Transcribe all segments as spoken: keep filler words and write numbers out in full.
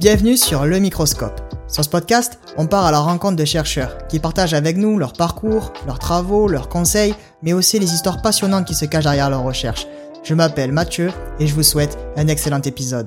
Bienvenue sur Le Microscope. Sur ce podcast, on part à la rencontre de chercheurs qui partagent avec nous leur parcours, leurs travaux, leurs conseils, mais aussi les histoires passionnantes qui se cachent derrière leurs recherches. Je m'appelle Mathieu et je vous souhaite un excellent épisode.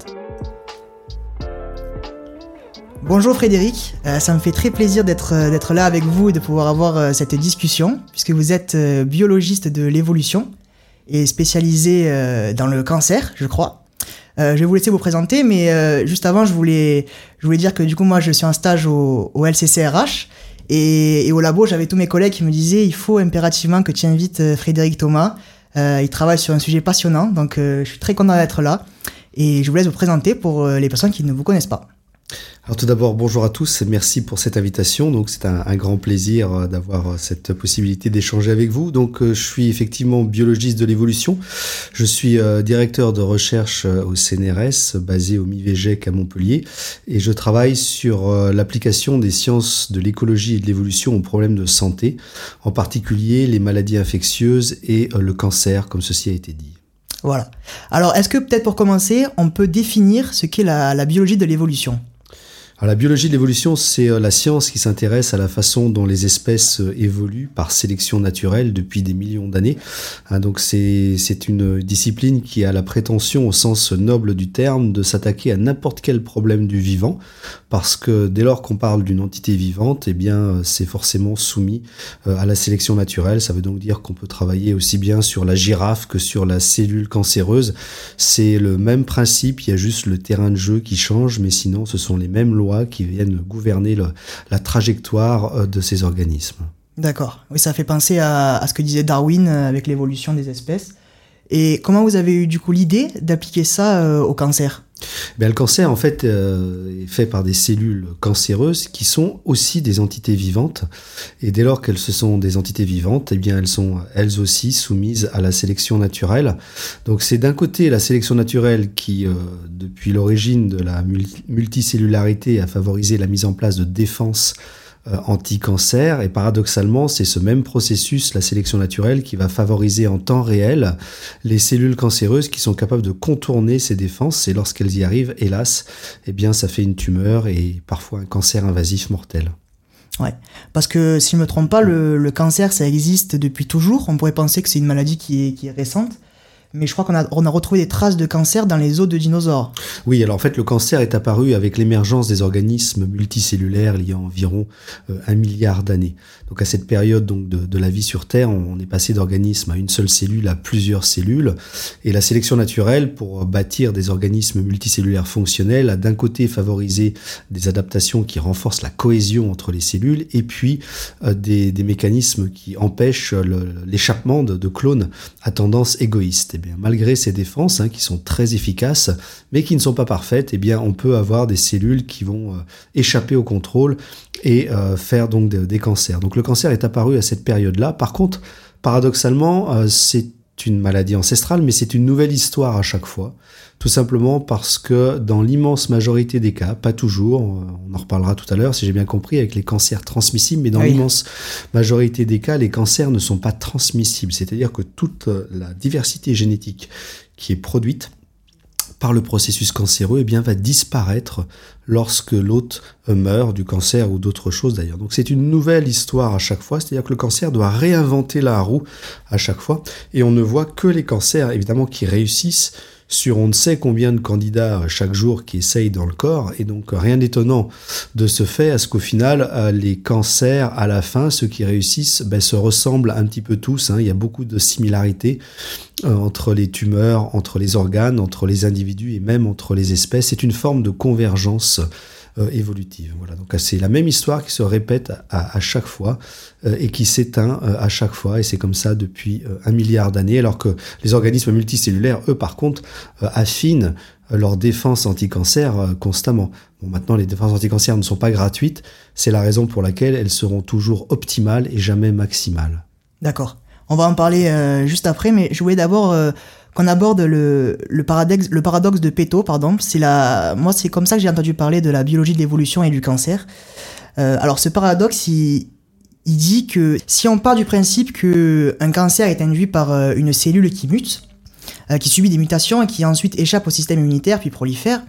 Bonjour Frédéric, euh, ça me fait très plaisir d'être, euh, d'être là avec vous et de pouvoir avoir euh, cette discussion, puisque vous êtes euh, biologiste de l'évolution et spécialisé euh, dans le cancer, je crois. Euh, je vais vous laisser vous présenter, mais euh, juste avant, je voulais, je voulais dire que du coup, moi, je suis en stage au, au L C C R H et, et au labo, j'avais tous mes collègues qui me disaient il faut impérativement que tu invites euh, Frédéric Thomas. Euh, il travaille sur un sujet passionnant, donc euh, je suis très content d'être là et je vous laisse vous présenter pour euh, les personnes qui ne vous connaissent pas. Alors tout d'abord, bonjour à tous et merci pour cette invitation. Donc c'est un, un grand plaisir d'avoir cette possibilité d'échanger avec vous. Donc je suis effectivement biologiste de l'évolution. Je suis euh, directeur de recherche au C N R S basé au MIVEGEC à Montpellier et je travaille sur euh, l'application des sciences de l'écologie et de l'évolution aux problèmes de santé, en particulier les maladies infectieuses et euh, le cancer, comme ceci a été dit. Voilà. Alors est-ce que peut-être pour commencer, on peut définir ce qu'est la, la biologie de l'évolution ? Alors, la biologie de l'évolution, c'est la science qui s'intéresse à la façon dont les espèces évoluent par sélection naturelle depuis des millions d'années. Hein, donc c'est, c'est une discipline qui a la prétention, au sens noble du terme, de s'attaquer à n'importe quel problème du vivant, parce que dès lors qu'on parle d'une entité vivante, eh bien c'est forcément soumis à la sélection naturelle. Ça veut donc dire qu'on peut travailler aussi bien sur la girafe que sur la cellule cancéreuse. C'est le même principe, il y a juste le terrain de jeu qui change, mais sinon ce sont les mêmes lois qui viennent gouverner le, la trajectoire de ces organismes. D'accord. Oui, ça fait penser à, à ce que disait Darwin avec l'évolution des espèces. Et comment vous avez eu du coup l'idée d'appliquer ça euh, au cancer ? Ben, le cancer, en fait, euh, est fait par des cellules cancéreuses qui sont aussi des entités vivantes. Et dès lors qu'elles se sont des entités vivantes, eh bien, elles sont elles aussi soumises à la sélection naturelle. Donc, c'est d'un côté la sélection naturelle qui, euh, depuis l'origine de la multicellularité, a favorisé la mise en place de défenses Euh, anti-cancer, et paradoxalement, c'est ce même processus, la sélection naturelle, qui va favoriser en temps réel les cellules cancéreuses qui sont capables de contourner ces défenses, et lorsqu'elles y arrivent, hélas, eh bien, ça fait une tumeur et parfois un cancer invasif mortel. Ouais, parce que si je me trompe pas, le, le cancer, ça existe depuis toujours. On pourrait penser que c'est une maladie qui est, qui est récente. Mais je crois qu'on a, on a retrouvé des traces de cancer dans les os de dinosaures. Oui, alors en fait, le cancer est apparu avec l'émergence des organismes multicellulaires il y a environ euh, un milliard d'années. Donc à cette période donc, de, de la vie sur Terre, on est passé d'organismes à une seule cellule à plusieurs cellules. Et la sélection naturelle, pour bâtir des organismes multicellulaires fonctionnels, a d'un côté favorisé des adaptations qui renforcent la cohésion entre les cellules, et puis euh, des, des mécanismes qui empêchent le, l'échappement de, de clones à tendance égoïste. Eh bien, malgré ces défenses hein, qui sont très efficaces, mais qui ne sont pas parfaites, eh bien, on peut avoir des cellules qui vont euh, échapper au contrôle et euh, faire donc des, des cancers. Donc le cancer est apparu à cette période-là. Par contre, paradoxalement, euh, c'est une maladie ancestrale, mais c'est une nouvelle histoire à chaque fois, tout simplement parce que dans l'immense majorité des cas, pas toujours, on en reparlera tout à l'heure si j'ai bien compris, avec les cancers transmissibles, mais dans oui. l'immense majorité des cas, les cancers ne sont pas transmissibles, c'est-à-dire que toute la diversité génétique qui est produite par le processus cancéreux, eh bien, va disparaître lorsque l'hôte meurt du cancer ou d'autres choses d'ailleurs. Donc c'est une nouvelle histoire à chaque fois, c'est-à-dire que le cancer doit réinventer la roue à chaque fois, et on ne voit que les cancers, évidemment, qui réussissent sur on ne sait combien de candidats chaque jour qui essayent dans le corps, et donc rien d'étonnant de ce fait à ce qu'au final, les cancers, à la fin, ceux qui réussissent, ben, se ressemblent un petit peu tous, hein. Il y a beaucoup de similarités euh, entre les tumeurs, entre les organes, entre les individus et même entre les espèces. C'est une forme de convergence Euh, évolutive. Voilà. Donc c'est la même histoire qui se répète à, à chaque fois euh, et qui s'éteint euh, à chaque fois, et c'est comme ça depuis euh, un milliard d'années, alors que les organismes multicellulaires, eux par contre, euh, affinent euh, leur défense anti-cancer euh, constamment. Bon, maintenant les défenses anti-cancer ne sont pas gratuites, c'est la raison pour laquelle elles seront toujours optimales et jamais maximales. D'accord. On va en parler euh, juste après, mais je voulais d'abord euh, qu'on aborde le, le, paradoxe, le paradoxe de Peto, pardon. C'est la, moi, c'est comme ça que j'ai entendu parler de la biologie de l'évolution et du cancer. Euh, alors, ce paradoxe, il, il dit que si on part du principe qu'un cancer est induit par euh, une cellule qui mute, euh, qui subit des mutations et qui ensuite échappe au système immunitaire puis prolifère,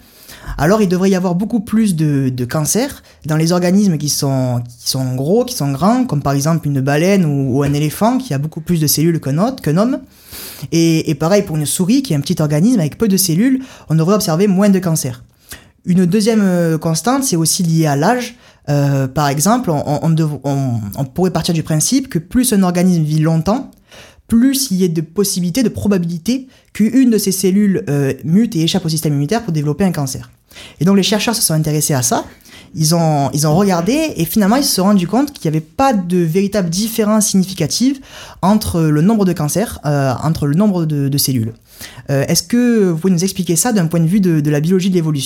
alors il devrait y avoir beaucoup plus de, de cancers dans les organismes qui sont, qui sont gros, qui sont grands, comme par exemple une baleine ou, ou un éléphant qui a beaucoup plus de cellules qu'un autre, qu'un homme. Et, et pareil pour une souris qui est un petit organisme avec peu de cellules, on devrait observer moins de cancers. Une deuxième constante, c'est aussi lié à l'âge. Euh, par exemple, on, on, dev- on, on pourrait partir du principe que plus un organisme vit longtemps, plus il y a de possibilités, de probabilités qu'une de ces cellules euh, mute et échappe au système immunitaire pour développer un cancer. Et donc les chercheurs se sont intéressés à ça, ils ont, ils ont regardé et finalement ils se sont rendus compte qu'il n'y avait pas de véritable différence significative entre le nombre de cancers, euh, entre le nombre de, de cellules. Euh, est-ce que vous pouvez nous expliquer ça d'un point de vue de, de la biologie de l'évolution ?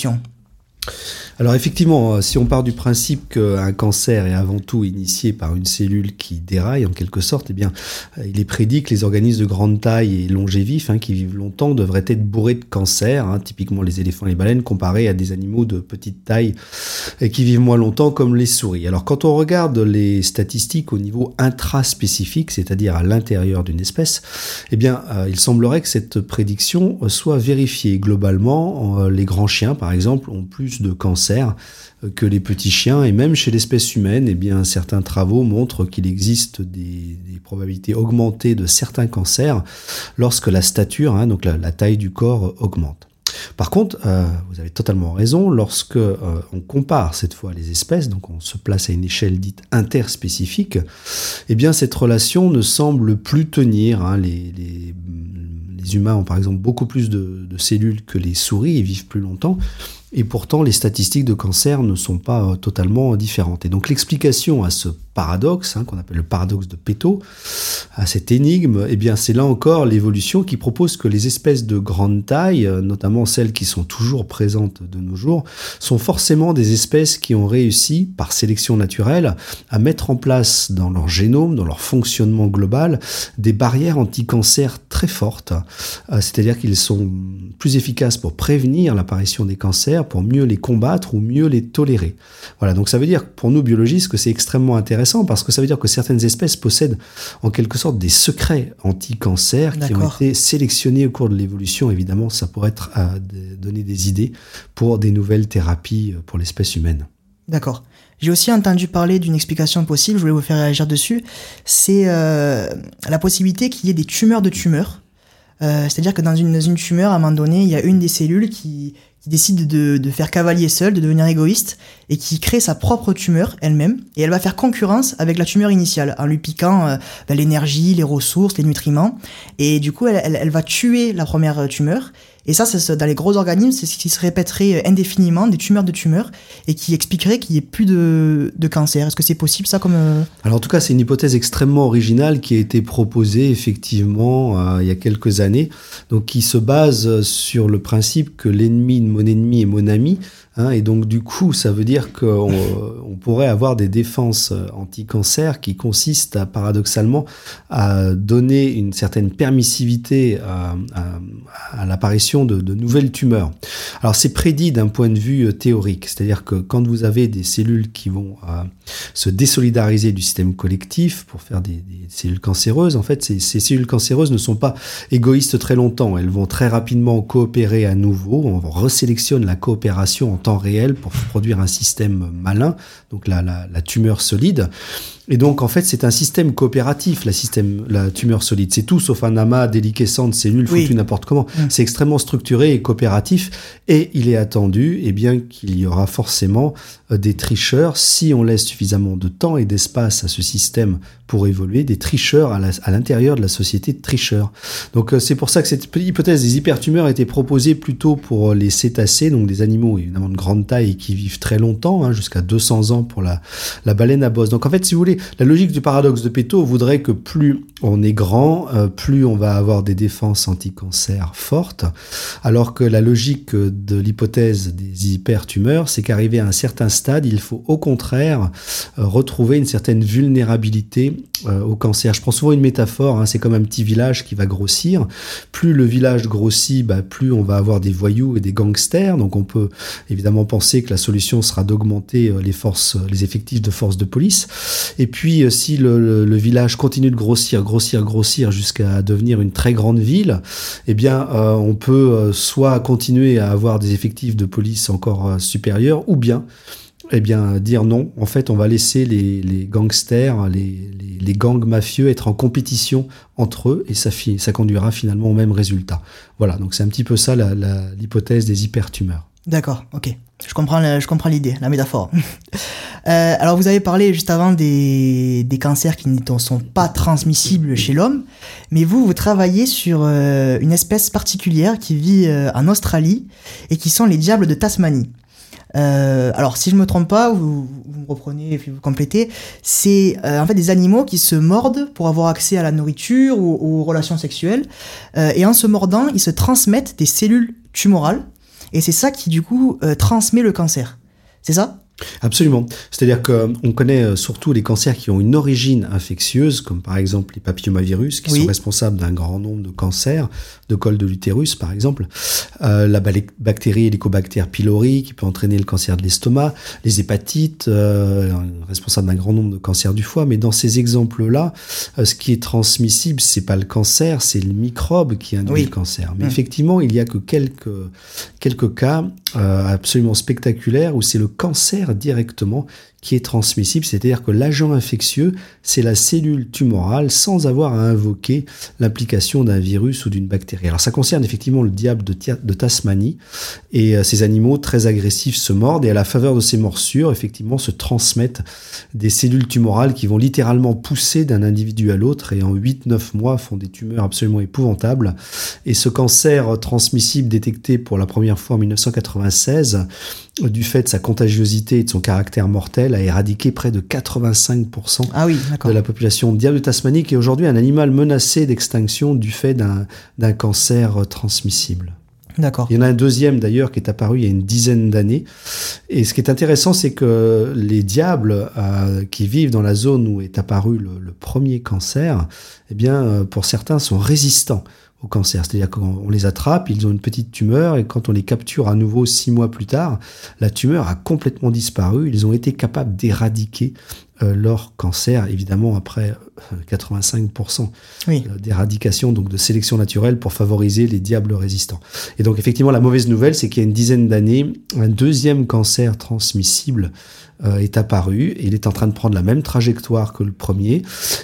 Alors effectivement, si on part du principe qu'un cancer est avant tout initié par une cellule qui déraille en quelque sorte, eh bien, il est prédit que les organismes de grande taille et longévifs, hein, qui vivent longtemps, devraient être bourrés de cancers, hein, typiquement les éléphants et les baleines, comparés à des animaux de petite taille et qui vivent moins longtemps comme les souris. Alors quand on regarde les statistiques au niveau intraspécifique, c'est-à-dire à l'intérieur d'une espèce, eh bien, euh, il semblerait que cette prédiction soit vérifiée. Globalement, euh, les grands chiens, par exemple, ont plus de cancers que les petits chiens, et même chez l'espèce humaine, eh bien, certains travaux montrent qu'il existe des, des probabilités augmentées de certains cancers lorsque la stature, hein, donc la, la taille du corps, augmente. Par contre, euh, vous avez totalement raison, lorsque euh, on compare cette fois les espèces, donc on se place à une échelle dite interspécifique, eh bien cette relation ne semble plus tenir. Hein, les, les, les humains ont par exemple beaucoup plus de, de cellules que les souris et vivent plus longtemps. Et pourtant, les statistiques de cancer ne sont pas euh, totalement différentes. Et donc, l'explication à ce paradoxe, hein, qu'on appelle le paradoxe de Peto, à cette énigme, eh bien, c'est là encore l'évolution qui propose que les espèces de grande taille, euh, notamment celles qui sont toujours présentes de nos jours, sont forcément des espèces qui ont réussi, par sélection naturelle, à mettre en place dans leur génome, dans leur fonctionnement global, des barrières anti-cancer très fortes. Euh, c'est-à-dire qu'ils sont plus efficaces pour prévenir l'apparition des cancers, pour mieux les combattre ou mieux les tolérer. Voilà, donc ça veut dire pour nous biologistes que c'est extrêmement intéressant parce que ça veut dire que certaines espèces possèdent en quelque sorte des secrets anti-cancer qui ont été sélectionnés au cours de l'évolution. Évidemment, ça pourrait être à donner des idées pour des nouvelles thérapies pour l'espèce humaine. D'accord. J'ai aussi entendu parler d'une explication possible, je voulais vous faire réagir dessus, c'est euh, la possibilité qu'il y ait des tumeurs de tumeurs. Euh, c'est-à-dire que dans une, dans une tumeur, à un moment donné, il y a une des cellules qui, qui décide de, de faire cavalier seule, de devenir égoïste, et qui crée sa propre tumeur elle-même, et elle va faire concurrence avec la tumeur initiale, en lui piquant euh, ben, l'énergie, les ressources, les nutriments, et du coup, elle, elle, elle va tuer la première tumeur, et ça, ça, dans les gros organismes, c'est ce qui se répéterait indéfiniment, des tumeurs de tumeurs, et qui expliquerait qu'il n'y ait plus de, de cancer. Est-ce que c'est possible, ça, comme... Euh... Alors, en tout cas, c'est une hypothèse extrêmement originale qui a été proposée, effectivement, euh, il y a quelques années, donc qui se base sur le principe que l'ennemi de mon ennemi est mon ami, hein, et donc, du coup, ça veut dire qu'on on pourrait avoir des défenses anti-cancer qui consistent, à, paradoxalement, à donner une certaine permissivité à, à, à l'apparition De, de nouvelles tumeurs. Alors c'est prédit d'un point de vue théorique, c'est-à-dire que quand vous avez des cellules qui vont euh, se désolidariser du système collectif pour faire des, des cellules cancéreuses, en fait ces, ces cellules cancéreuses ne sont pas égoïstes très longtemps, elles vont très rapidement coopérer à nouveau, on resélectionne la coopération en temps réel pour produire un système malin, donc la, la, la tumeur solide. Et donc, en fait, c'est un système coopératif, la, système, la tumeur solide. C'est tout sauf un amas déliquescent de cellules foutues oui. n'importe comment. Mmh. C'est extrêmement structuré et coopératif. Et il est attendu eh bien, qu'il y aura forcément euh, des tricheurs, si on laisse suffisamment de temps et d'espace à ce système pour évoluer, des tricheurs à, la, à l'intérieur de la société de tricheurs. Donc, euh, c'est pour ça que cette hypothèse des hypertumeurs a été proposée plutôt pour les cétacés, donc des animaux évidemment de grande taille qui vivent très longtemps, hein, jusqu'à deux cents ans pour la, la baleine à bosse. Donc, en fait, si vous voulez, la logique du paradoxe de Peto voudrait que plus on est grand, euh, plus on va avoir des défenses anti-cancer fortes, alors que la logique de l'hypothèse des hypertumeurs, c'est qu'arrivé à un certain stade, il faut au contraire euh, retrouver une certaine vulnérabilité euh, au cancer. Je prends souvent une métaphore, hein, c'est comme un petit village qui va grossir. Plus le village grossit, bah, plus on va avoir des voyous et des gangsters, donc on peut évidemment penser que la solution sera d'augmenter les forces, les effectifs de forces de police. Et puis, si le, le, le village continue de grossir, grossir, grossir jusqu'à devenir une très grande ville, eh bien, euh, on peut euh, soit continuer à avoir des effectifs de police encore euh, supérieurs, ou bien eh bien, dire non, en fait, on va laisser les, les gangsters, les, les, les gangs mafieux être en compétition entre eux, et ça, fi- ça conduira finalement au même résultat. Voilà, donc c'est un petit peu ça la, la, l'hypothèse des hypertumeurs. D'accord, ok. Je comprends, le- je comprends l'idée, la métaphore. euh, alors, vous avez parlé juste avant des, des cancers qui ne sont pas transmissibles chez l'homme, mais vous, vous travaillez sur euh, une espèce particulière qui vit euh, en Australie et qui sont les diables de Tasmanie. Euh, alors, si je me trompe pas, vous, vous me reprenez et puis vous complétez, c'est euh, en fait des animaux qui se mordent pour avoir accès à la nourriture ou aux relations sexuelles, euh, et en se mordant, ils se transmettent des cellules tumorales, et c'est ça qui du coup euh, transmet le cancer. C'est ça ? Absolument. C'est-à-dire qu'on connaît surtout les cancers qui ont une origine infectieuse, comme par exemple les papillomavirus, qui oui. sont responsables d'un grand nombre de cancers, de col de l'utérus par exemple, euh, la bactérie Helicobacter pylori qui peut entraîner le cancer de l'estomac, les hépatites, euh, responsables d'un grand nombre de cancers du foie. Mais dans ces exemples-là, euh, ce qui est transmissible, c'est pas le cancer, c'est le microbe qui induit oui. le cancer. Mais mmh. effectivement, il y a que quelques, quelques cas euh, absolument spectaculaires où c'est le cancer directement qui est transmissible, c'est-à-dire que l'agent infectieux, c'est la cellule tumorale sans avoir à invoquer l'implication d'un virus ou d'une bactérie. Alors ça concerne effectivement le diable de, tia- de Tasmanie, et euh, ces animaux très agressifs se mordent, et à la faveur de ces morsures, effectivement, se transmettent des cellules tumorales qui vont littéralement pousser d'un individu à l'autre, et en huit neuf mois font des tumeurs absolument épouvantables. Et ce cancer transmissible détecté pour la première fois en dix-neuf cent quatre-vingt-seize, du fait de sa contagiosité et de son caractère mortel, a éradiqué près de quatre-vingt-cinq pour cent ah oui, de la population de diable de Tasmanie, qui est aujourd'hui un animal menacé d'extinction du fait d'un, d'un cancer transmissible. D'accord. Il y en a un deuxième d'ailleurs qui est apparu il y a une dizaine d'années. Et ce qui est intéressant, c'est que les diables euh, qui vivent dans la zone où est apparu le, le premier cancer, eh bien, euh, pour certains, sont résistants au cancer. C'est-à-dire qu'on les attrape, ils ont une petite tumeur, et quand on les capture à nouveau six mois plus tard, la tumeur a complètement disparu. Ils ont été capables d'éradiquer euh, leur cancer, évidemment après euh, quatre-vingt-cinq pour cent oui. d'éradication, donc de sélection naturelle pour favoriser les diables résistants. Et donc effectivement, la mauvaise nouvelle, c'est qu'il y a une dizaine d'années, un deuxième cancer transmissible euh, est apparu, et il est en train de prendre la même trajectoire que le premier.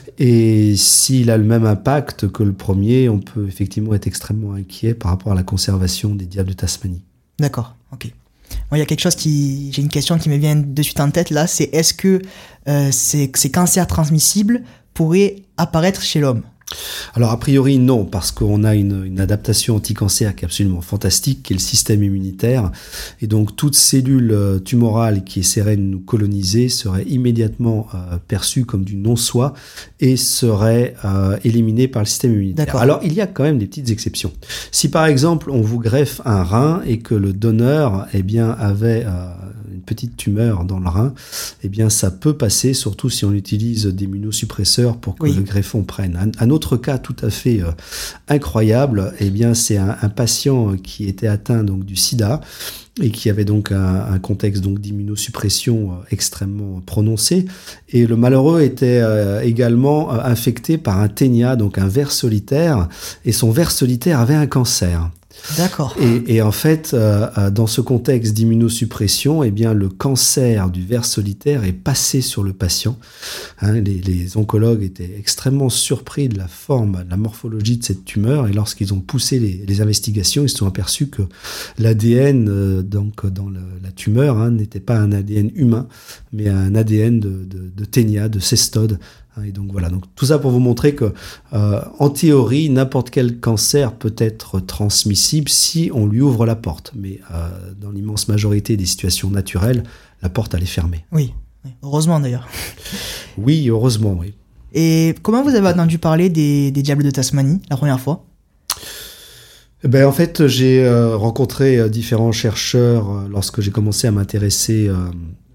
Et s'il a le même impact que le premier, on peut effectivement être extrêmement inquiet par rapport à la conservation des diables de Tasmanie. D'accord, ok. Moi, il y a quelque chose qui... J'ai une question qui me vient de suite en tête, là, c'est est-ce que euh, ces, ces cancers transmissibles pourraient apparaître chez l'homme ? Alors, a priori, non, parce qu'on a une, une adaptation anti-cancer qui est absolument fantastique, qui est le système immunitaire. Et donc, toute cellule euh, tumorale qui essaierait de nous coloniser serait immédiatement euh, perçue comme du non-soi et serait euh, éliminée par le système immunitaire. D'accord. Alors, il y a quand même des petites exceptions. Si, par exemple, on vous greffe un rein et que le donneur, eh bien, avait euh, une petite tumeur dans le rein, eh bien, ça peut passer, surtout si on utilise des immunosuppresseurs pour que oui. le greffon prenne. Un, un autre cas tout à fait euh, incroyable, eh bien, c'est un, un patient qui était atteint donc du sida et qui avait donc un, un contexte donc d'immunosuppression euh, extrêmement prononcé. Et le malheureux était euh, également euh, infecté par un ténia, donc un ver solitaire, et son ver solitaire avait un cancer. D'accord. Et, et en fait, euh, dans ce contexte d'immunosuppression, eh bien, le cancer du ver solitaire est passé sur le patient. Hein, les, les oncologues étaient extrêmement surpris de la forme, de la morphologie de cette tumeur, et lorsqu'ils ont poussé les, les investigations, ils se sont aperçus que l'A D N euh, donc, dans le, la tumeur hein, n'était pas un A D N humain, mais un A D N de, de, de ténia, de cestode. Et donc voilà, donc tout ça pour vous montrer que, euh, en théorie, n'importe quel cancer peut être transmissible si on lui ouvre la porte. Mais euh, dans l'immense majorité des situations naturelles, la porte elle est fermée. Oui, heureusement d'ailleurs. Oui, heureusement, oui. Et comment vous avez entendu parler des, des diables de Tasmanie la première fois ? Ben, en fait, j'ai euh, rencontré euh, différents chercheurs euh, lorsque j'ai commencé à m'intéresser euh,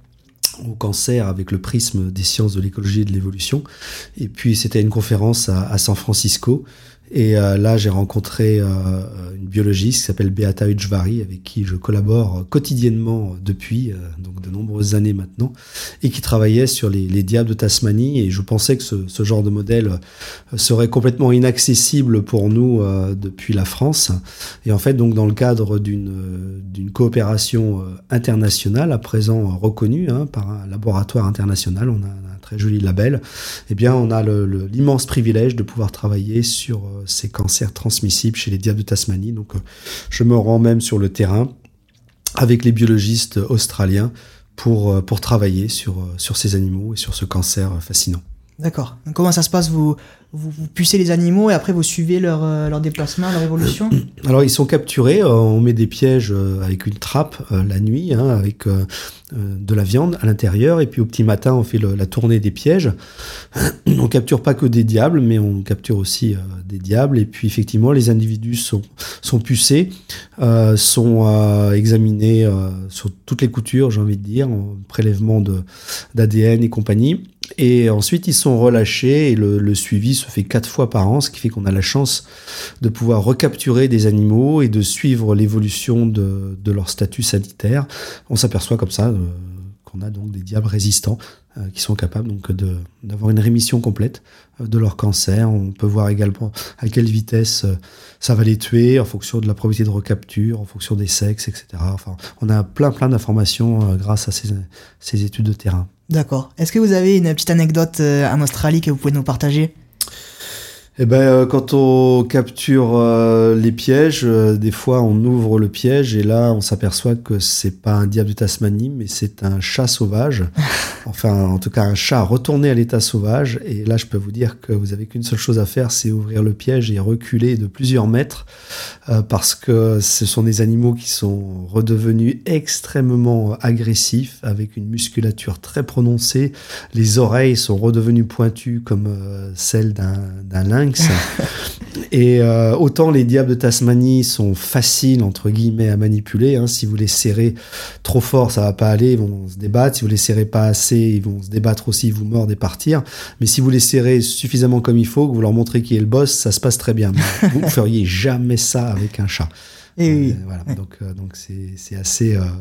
au cancer avec le prisme des sciences de l'écologie et de l'évolution. Et puis, c'était une conférence à, à San Francisco. Et euh, là, j'ai rencontré euh, une biologiste qui s'appelle Beata Ujvari, avec qui je collabore quotidiennement depuis euh, donc de nombreuses années maintenant, et qui travaillait sur les, les diables de Tasmanie. Et je pensais que ce, ce genre de modèle serait complètement inaccessible pour nous euh, depuis la France. Et en fait, donc dans le cadre d'une, d'une coopération internationale, à présent reconnue hein, par un laboratoire international, on a un très joli label, eh bien, on a le, le, l'immense privilège de pouvoir travailler sur euh, ces cancers transmissibles chez les diables de Tasmanie. Donc, euh, je me rends même sur le terrain avec les biologistes australiens pour, euh, pour travailler sur, euh, sur ces animaux et sur ce cancer euh, fascinant. D'accord. Donc, comment ça se passe ? vous, vous, vous pucez les animaux et après vous suivez leur, euh, leur déplacement, leur évolution ? Alors, ils sont capturés. Euh, on met des pièges euh, avec une trappe euh, la nuit, hein, avec euh, euh, de la viande à l'intérieur. Et puis, au petit matin, on fait le, la tournée des pièges. On capture pas que des diables, mais on capture aussi euh, des diables. Et puis, effectivement, les individus sont, sont pucés, euh, sont euh, examinés euh, sur toutes les coutures, j'ai envie de dire, en prélèvement de, d'A D N et compagnie. Et ensuite, ils sont relâchés et le, le suivi se fait quatre fois par an, ce qui fait qu'on a la chance de pouvoir recapturer des animaux et de suivre l'évolution de, de leur statut sanitaire. On s'aperçoit comme ça euh, qu'on a donc des diables résistants euh, qui sont capables donc de, d'avoir une rémission complète euh, de leur cancer. On peut voir également à quelle vitesse euh, ça va les tuer en fonction de la probabilité de recapture, en fonction des sexes, et cetera. Enfin, on a plein plein d'informations euh, grâce à ces, ces études de terrain. D'accord. Est-ce que vous avez une petite anecdote euh, en Australie que vous pouvez nous partager ? Eh ben, euh, quand on capture euh, les pièges, euh, des fois on ouvre le piège et là on s'aperçoit que c'est pas un diable de Tasmanie, mais c'est un chat sauvage. Enfin, en tout cas, un chat retourné à l'état sauvage. Et là, je peux vous dire que vous avez qu'une seule chose à faire, c'est ouvrir le piège et reculer de plusieurs mètres, euh, parce que ce sont des animaux qui sont redevenus extrêmement agressifs, avec une musculature très prononcée. Les oreilles sont redevenues pointues comme euh, celles d'un, d'un lynx. Et euh, autant les diables de Tasmanie sont faciles, entre guillemets, à manipuler. Hein. Si vous les serrez trop fort, ça va pas aller, ils vont se débattre. Si vous les serrez pas assez, ils vont se débattre aussi, vous mordre et partir. Mais si vous les serrez suffisamment comme il faut, que vous leur montrez qui est le boss, ça se passe très bien. Mais vous ne feriez jamais ça avec un chat. Et oui. Euh, voilà. Donc, euh, donc c'est, c'est assez, euh,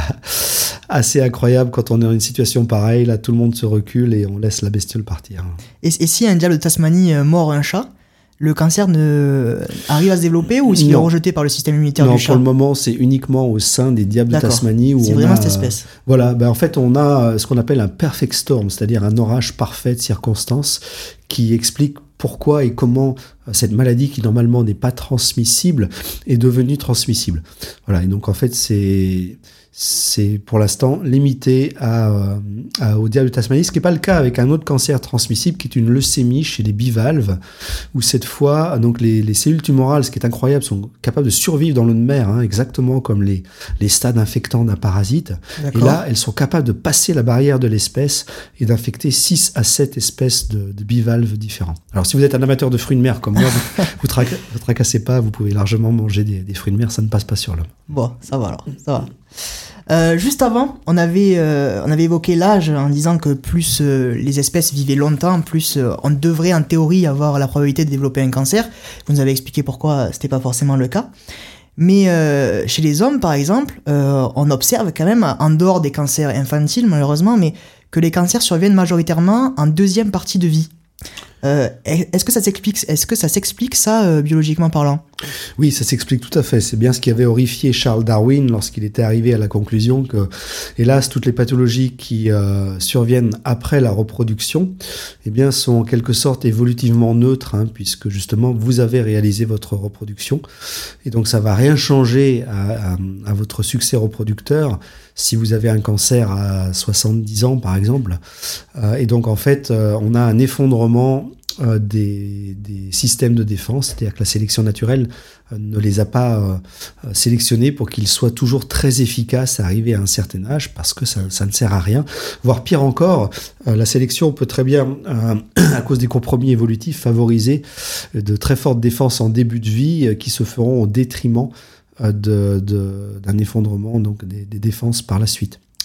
assez incroyable quand on est dans une situation pareille. Là, tout le monde se recule et on laisse la bestiole partir. Et, et si un diable de Tasmanie euh, mord un chat, le cancer ne arrive à se développer ou est-ce qu'il est rejeté par le système immunitaire non, du chat ? Non, pour le moment, c'est uniquement au sein des diables D'accord. de Tasmanie. Où c'est on vraiment a, cette espèce. Euh, voilà, ben en fait, on a ce qu'on appelle un perfect storm, c'est-à-dire un orage parfait de circonstances qui explique pourquoi et comment cette maladie qui normalement n'est pas transmissible est devenue transmissible. Voilà, et donc en fait, c'est... c'est pour l'instant limité à, à, au diable de Tasmanie, ce qui n'est pas le cas avec un autre cancer transmissible qui est une leucémie chez les bivalves, où cette fois, donc les, les cellules tumorales, ce qui est incroyable, sont capables de survivre dans l'eau de mer, hein, exactement comme les, les stades infectants d'un parasite. D'accord. Et là, elles sont capables de passer la barrière de l'espèce et d'infecter six à sept espèces de, de bivalves différents. Alors si vous êtes un amateur de fruits de mer comme moi, vous vous, traca- vous tracassez pas, vous pouvez largement manger des, des fruits de mer, ça ne passe pas sur l'homme. Bon, ça va alors, ça va. Euh, juste avant, on avait, euh, on avait évoqué l'âge en disant que plus euh, les espèces vivaient longtemps, plus euh, on devrait en théorie avoir la probabilité de développer un cancer. Vous nous avez expliqué pourquoi c'était pas forcément le cas. Mais euh, chez les hommes, par exemple, euh, on observe quand même, en dehors des cancers infantiles malheureusement, mais que les cancers surviennent majoritairement en deuxième partie de vie. Euh, est-ce que ça s'explique, est-ce que ça s'explique ça euh, biologiquement parlant ? Oui, ça s'explique tout à fait. C'est bien ce qui avait horrifié Charles Darwin lorsqu'il était arrivé à la conclusion que, hélas, toutes les pathologies qui euh, surviennent après la reproduction, eh bien, sont en quelque sorte évolutivement neutres, hein, puisque justement vous avez réalisé votre reproduction, et donc ça va rien changer à, à, à votre succès reproducteur si vous avez un cancer à soixante-dix ans, par exemple. Euh, et donc en fait, euh, on a un effondrement Euh, des, des systèmes de défense, c'est-à-dire que la sélection naturelle euh, ne les a pas euh, sélectionnés pour qu'ils soient toujours très efficaces à arriver à un certain âge, parce que ça, ça ne sert à rien. Voire pire encore, euh, la sélection peut très bien, euh, à cause des compromis évolutifs, favoriser de très fortes défenses en début de vie euh, qui se feront au détriment euh, de, de, d'un effondrement donc des, des défenses par la suite.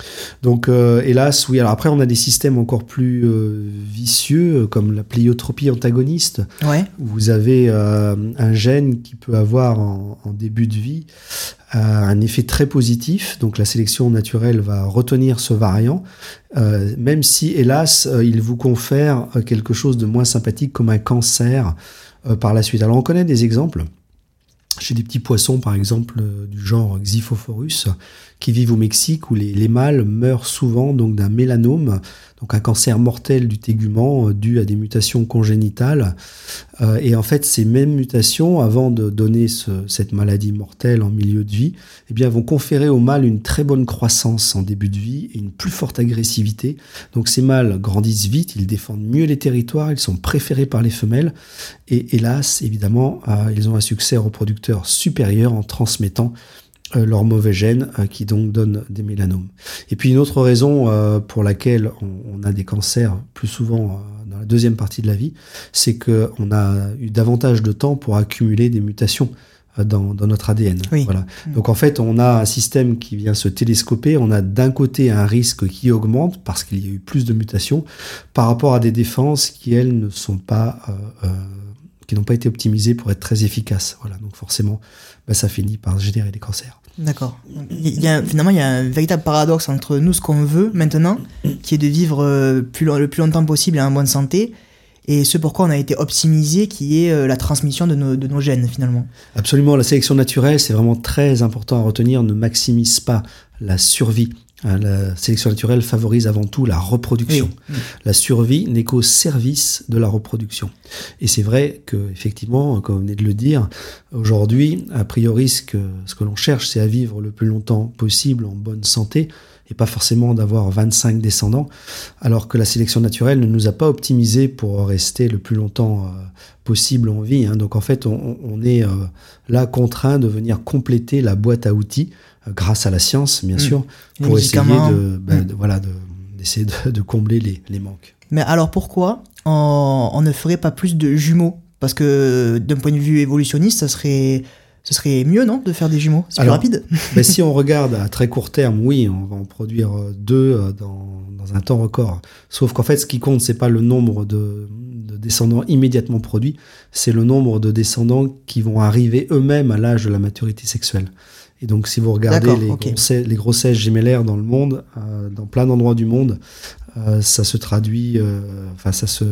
Donc, euh, hélas, oui. Alors après, on a des systèmes encore plus euh, vicieux, comme la pléiotropie antagoniste, ouais. où vous avez euh, un gène qui peut avoir en, en début de vie euh, un effet très positif. Donc, la sélection naturelle va retenir ce variant, euh, même si, hélas, euh, il vous confère quelque chose de moins sympathique, comme un cancer euh, par la suite. Alors, on connaît des exemples. Chez des petits poissons, par exemple, euh, du genre Xiphophorus, qui vivent au Mexique, où les, les mâles meurent souvent donc d'un mélanome, donc un cancer mortel du tégument euh, dû à des mutations congénitales. Euh, et en fait, ces mêmes mutations, avant de donner ce, cette maladie mortelle en milieu de vie, eh bien, vont conférer au mâle une très bonne croissance en début de vie et une plus forte agressivité. Donc ces mâles grandissent vite, ils défendent mieux les territoires, ils sont préférés par les femelles. Et hélas, évidemment, euh, ils ont un succès reproducteur supérieur en transmettant euh, leur mauvais gène euh, qui donc donne des mélanomes. Et puis une autre raison euh, pour laquelle on, on a des cancers plus souvent euh, dans la deuxième partie de la vie, c'est qu'on a eu davantage de temps pour accumuler des mutations euh, dans, dans notre A D N. Oui. Voilà. Donc en fait, on a un système qui vient se télescoper. On a d'un côté un risque qui augmente parce qu'il y a eu plus de mutations par rapport à des défenses qui, elles, ne sont pas... Euh, euh, qui n'ont pas été optimisés pour être très efficaces. Voilà, donc forcément, bah, ça finit par générer des cancers. D'accord. Il y a, finalement, il y a un véritable paradoxe entre nous, ce qu'on veut maintenant, qui est de vivre euh, plus, le plus longtemps possible et en bonne santé, et ce pourquoi on a été optimisé, qui est euh, la transmission de nos, de nos gènes, finalement. Absolument, la sélection naturelle, c'est vraiment très important à retenir, ne maximise pas la survie. La sélection naturelle favorise avant tout la reproduction. Oui. La survie n'est qu'au service de la reproduction. Et c'est vrai que, effectivement, comme vous venez de le dire, aujourd'hui, a priori, ce que, ce que l'on cherche, c'est à vivre le plus longtemps possible en bonne santé, et pas forcément d'avoir vingt-cinq descendants, alors que la sélection naturelle ne nous a pas optimisés pour rester le plus longtemps euh, possible en vie. Hein. Donc en fait, on, on est euh, là contraint de venir compléter la boîte à outils, euh, grâce à la science, bien mmh. sûr, les pour essayer de, bah, mmh. de, voilà, de, d'essayer de, de combler les, les manques. Mais alors pourquoi on, on ne ferait pas plus de jumeaux ? Parce que d'un point de vue évolutionniste, ça serait... Ce serait mieux, non, de faire des jumeaux? C'est Alors, plus rapide. Ben, si on regarde à très court terme, oui, on va en produire deux dans, dans un temps record. Sauf qu'en fait, ce qui compte, c'est pas le nombre de, de descendants immédiatement produits, c'est le nombre de descendants qui vont arriver eux-mêmes à l'âge de la maturité sexuelle. Et donc, si vous regardez les, okay. grossesses, les grossesses gémellaires dans le monde, euh, dans plein d'endroits du monde, euh, ça se traduit, enfin, euh, ça se,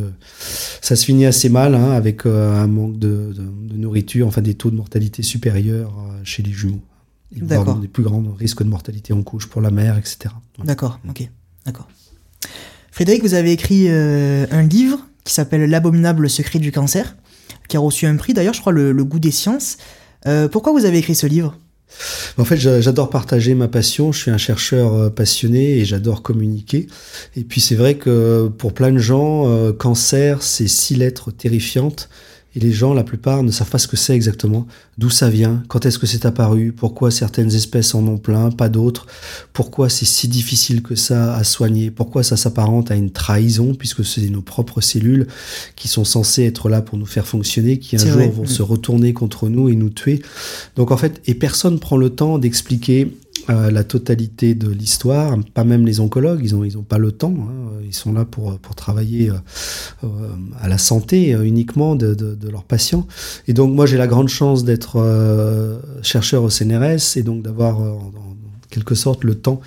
ça se finit assez mal, hein, avec euh, un manque de, de, de nourriture, enfin, des taux de mortalité supérieurs euh, chez les jumeaux. Et voire des plus grands risques de mortalité en couche pour la mère, et cetera. Ouais. D'accord, ok, d'accord. Frédéric, vous avez écrit euh, un livre qui s'appelle L'abominable secret du cancer, qui a reçu un prix, d'ailleurs, je crois, le, le goût des sciences. Euh, pourquoi vous avez écrit ce livre ? En fait, j'adore partager ma passion. Je suis un chercheur passionné et j'adore communiquer. Et puis, c'est vrai que pour plein de gens, euh, cancer, c'est six lettres terrifiantes. Et les gens, la plupart, ne savent pas ce que c'est exactement, d'où ça vient, quand est-ce que c'est apparu, pourquoi certaines espèces en ont plein, pas d'autres, pourquoi c'est si difficile que ça à soigner, pourquoi ça s'apparente à une trahison, puisque c'est nos propres cellules qui sont censées être là pour nous faire fonctionner, qui un c'est jour vrai. vont mmh. se retourner contre nous et nous tuer. Donc en fait, et personne prend le temps d'expliquer Euh, la totalité de l'histoire, pas même les oncologues, ils ont ils ont pas le temps, hein, ils sont là pour pour travailler euh, à la santé euh, uniquement de, de de leurs patients. Et donc moi j'ai la grande chance d'être euh, chercheur au C N R S et donc d'avoir euh, en, en quelque sorte le temps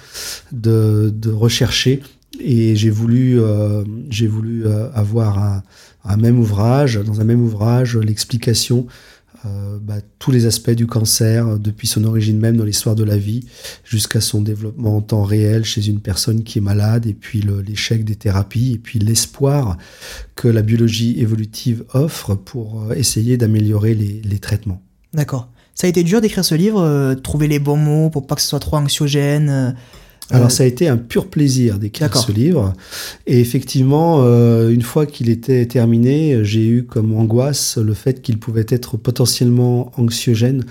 de de rechercher. Et j'ai voulu euh, j'ai voulu euh, avoir un, un même ouvrage, dans un même ouvrage, l'explication Euh, bah, tous les aspects du cancer, depuis son origine même dans l'histoire de la vie, jusqu'à son développement en temps réel chez une personne qui est malade, et puis le, l'échec des thérapies, et puis l'espoir que la biologie évolutive offre pour euh, essayer d'améliorer les, les traitements. D'accord. Ça a été dur d'écrire ce livre, euh, trouver les bons mots pour pas que ce soit trop anxiogène euh... Alors ça a été un pur plaisir d'écrire D'accord. ce livre, et effectivement euh, une fois qu'il était terminé, j'ai eu comme angoisse le fait qu'il pouvait être potentiellement anxiogène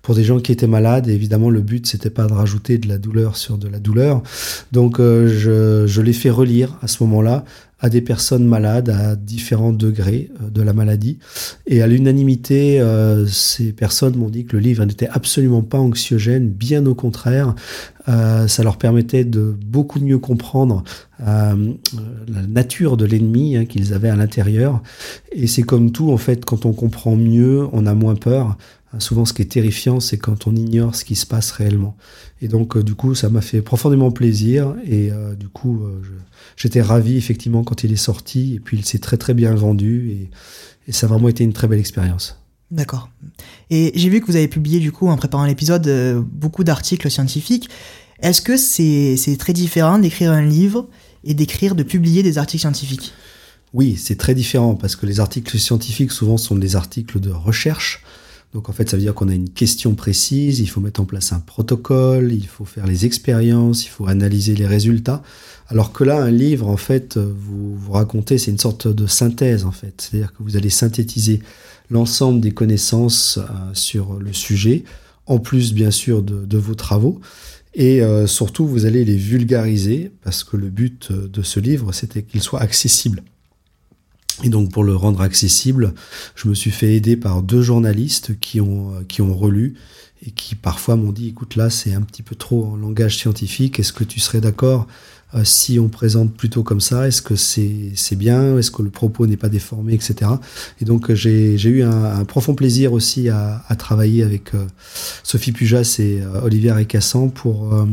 pour des gens qui étaient malades. Et évidemment, le but, c'était pas de rajouter de la douleur sur de la douleur. Donc, euh, je, je l'ai fait relire à ce moment-là à des personnes malades à différents degrés de la maladie. Et à l'unanimité, euh, ces personnes m'ont dit que le livre n'était absolument pas anxiogène, bien au contraire. Euh, ça leur permettait de beaucoup mieux comprendre euh, la nature de l'ennemi hein, qu'ils avaient à l'intérieur. Et c'est comme tout, en fait, quand on comprend mieux, on a moins peur. Souvent, ce qui est terrifiant, c'est quand on ignore ce qui se passe réellement. Et donc, euh, du coup, ça m'a fait profondément plaisir. Et euh, du coup, euh, je, j'étais ravi, effectivement, quand il est sorti. Et puis, il s'est très, très bien vendu. Et, et ça a vraiment été une très belle expérience. D'accord. Et j'ai vu que vous avez publié, du coup, en préparant l'épisode, euh, beaucoup d'articles scientifiques. Est-ce que c'est, c'est très différent d'écrire un livre et d'écrire, de publier des articles scientifiques ? Oui, c'est très différent parce que les articles scientifiques, souvent, sont des articles de recherche. Donc en fait, ça veut dire qu'on a une question précise, il faut mettre en place un protocole, il faut faire les expériences, il faut analyser les résultats. Alors que là, un livre, en fait, vous, vous racontez, c'est une sorte de synthèse, en fait. C'est-à-dire que vous allez synthétiser l'ensemble des connaissances euh, sur le sujet, en plus, bien sûr, de, de vos travaux. Et euh, surtout, vous allez les vulgariser, parce que le but de ce livre, c'était qu'il soit accessible. Et donc, pour le rendre accessible, je me suis fait aider par deux journalistes qui ont, qui ont relu et qui parfois m'ont dit « Écoute, là, c'est un petit peu trop en langage scientifique. Est-ce que tu serais d'accord euh, si on présente plutôt comme ça ? Est-ce que c'est, c'est bien ? Est-ce que le propos n'est pas déformé, et cetera » Et donc, j'ai, j'ai eu un, un profond plaisir aussi à, à travailler avec euh, Sophie Pujas et euh, Olivier Récassan pour... Euh,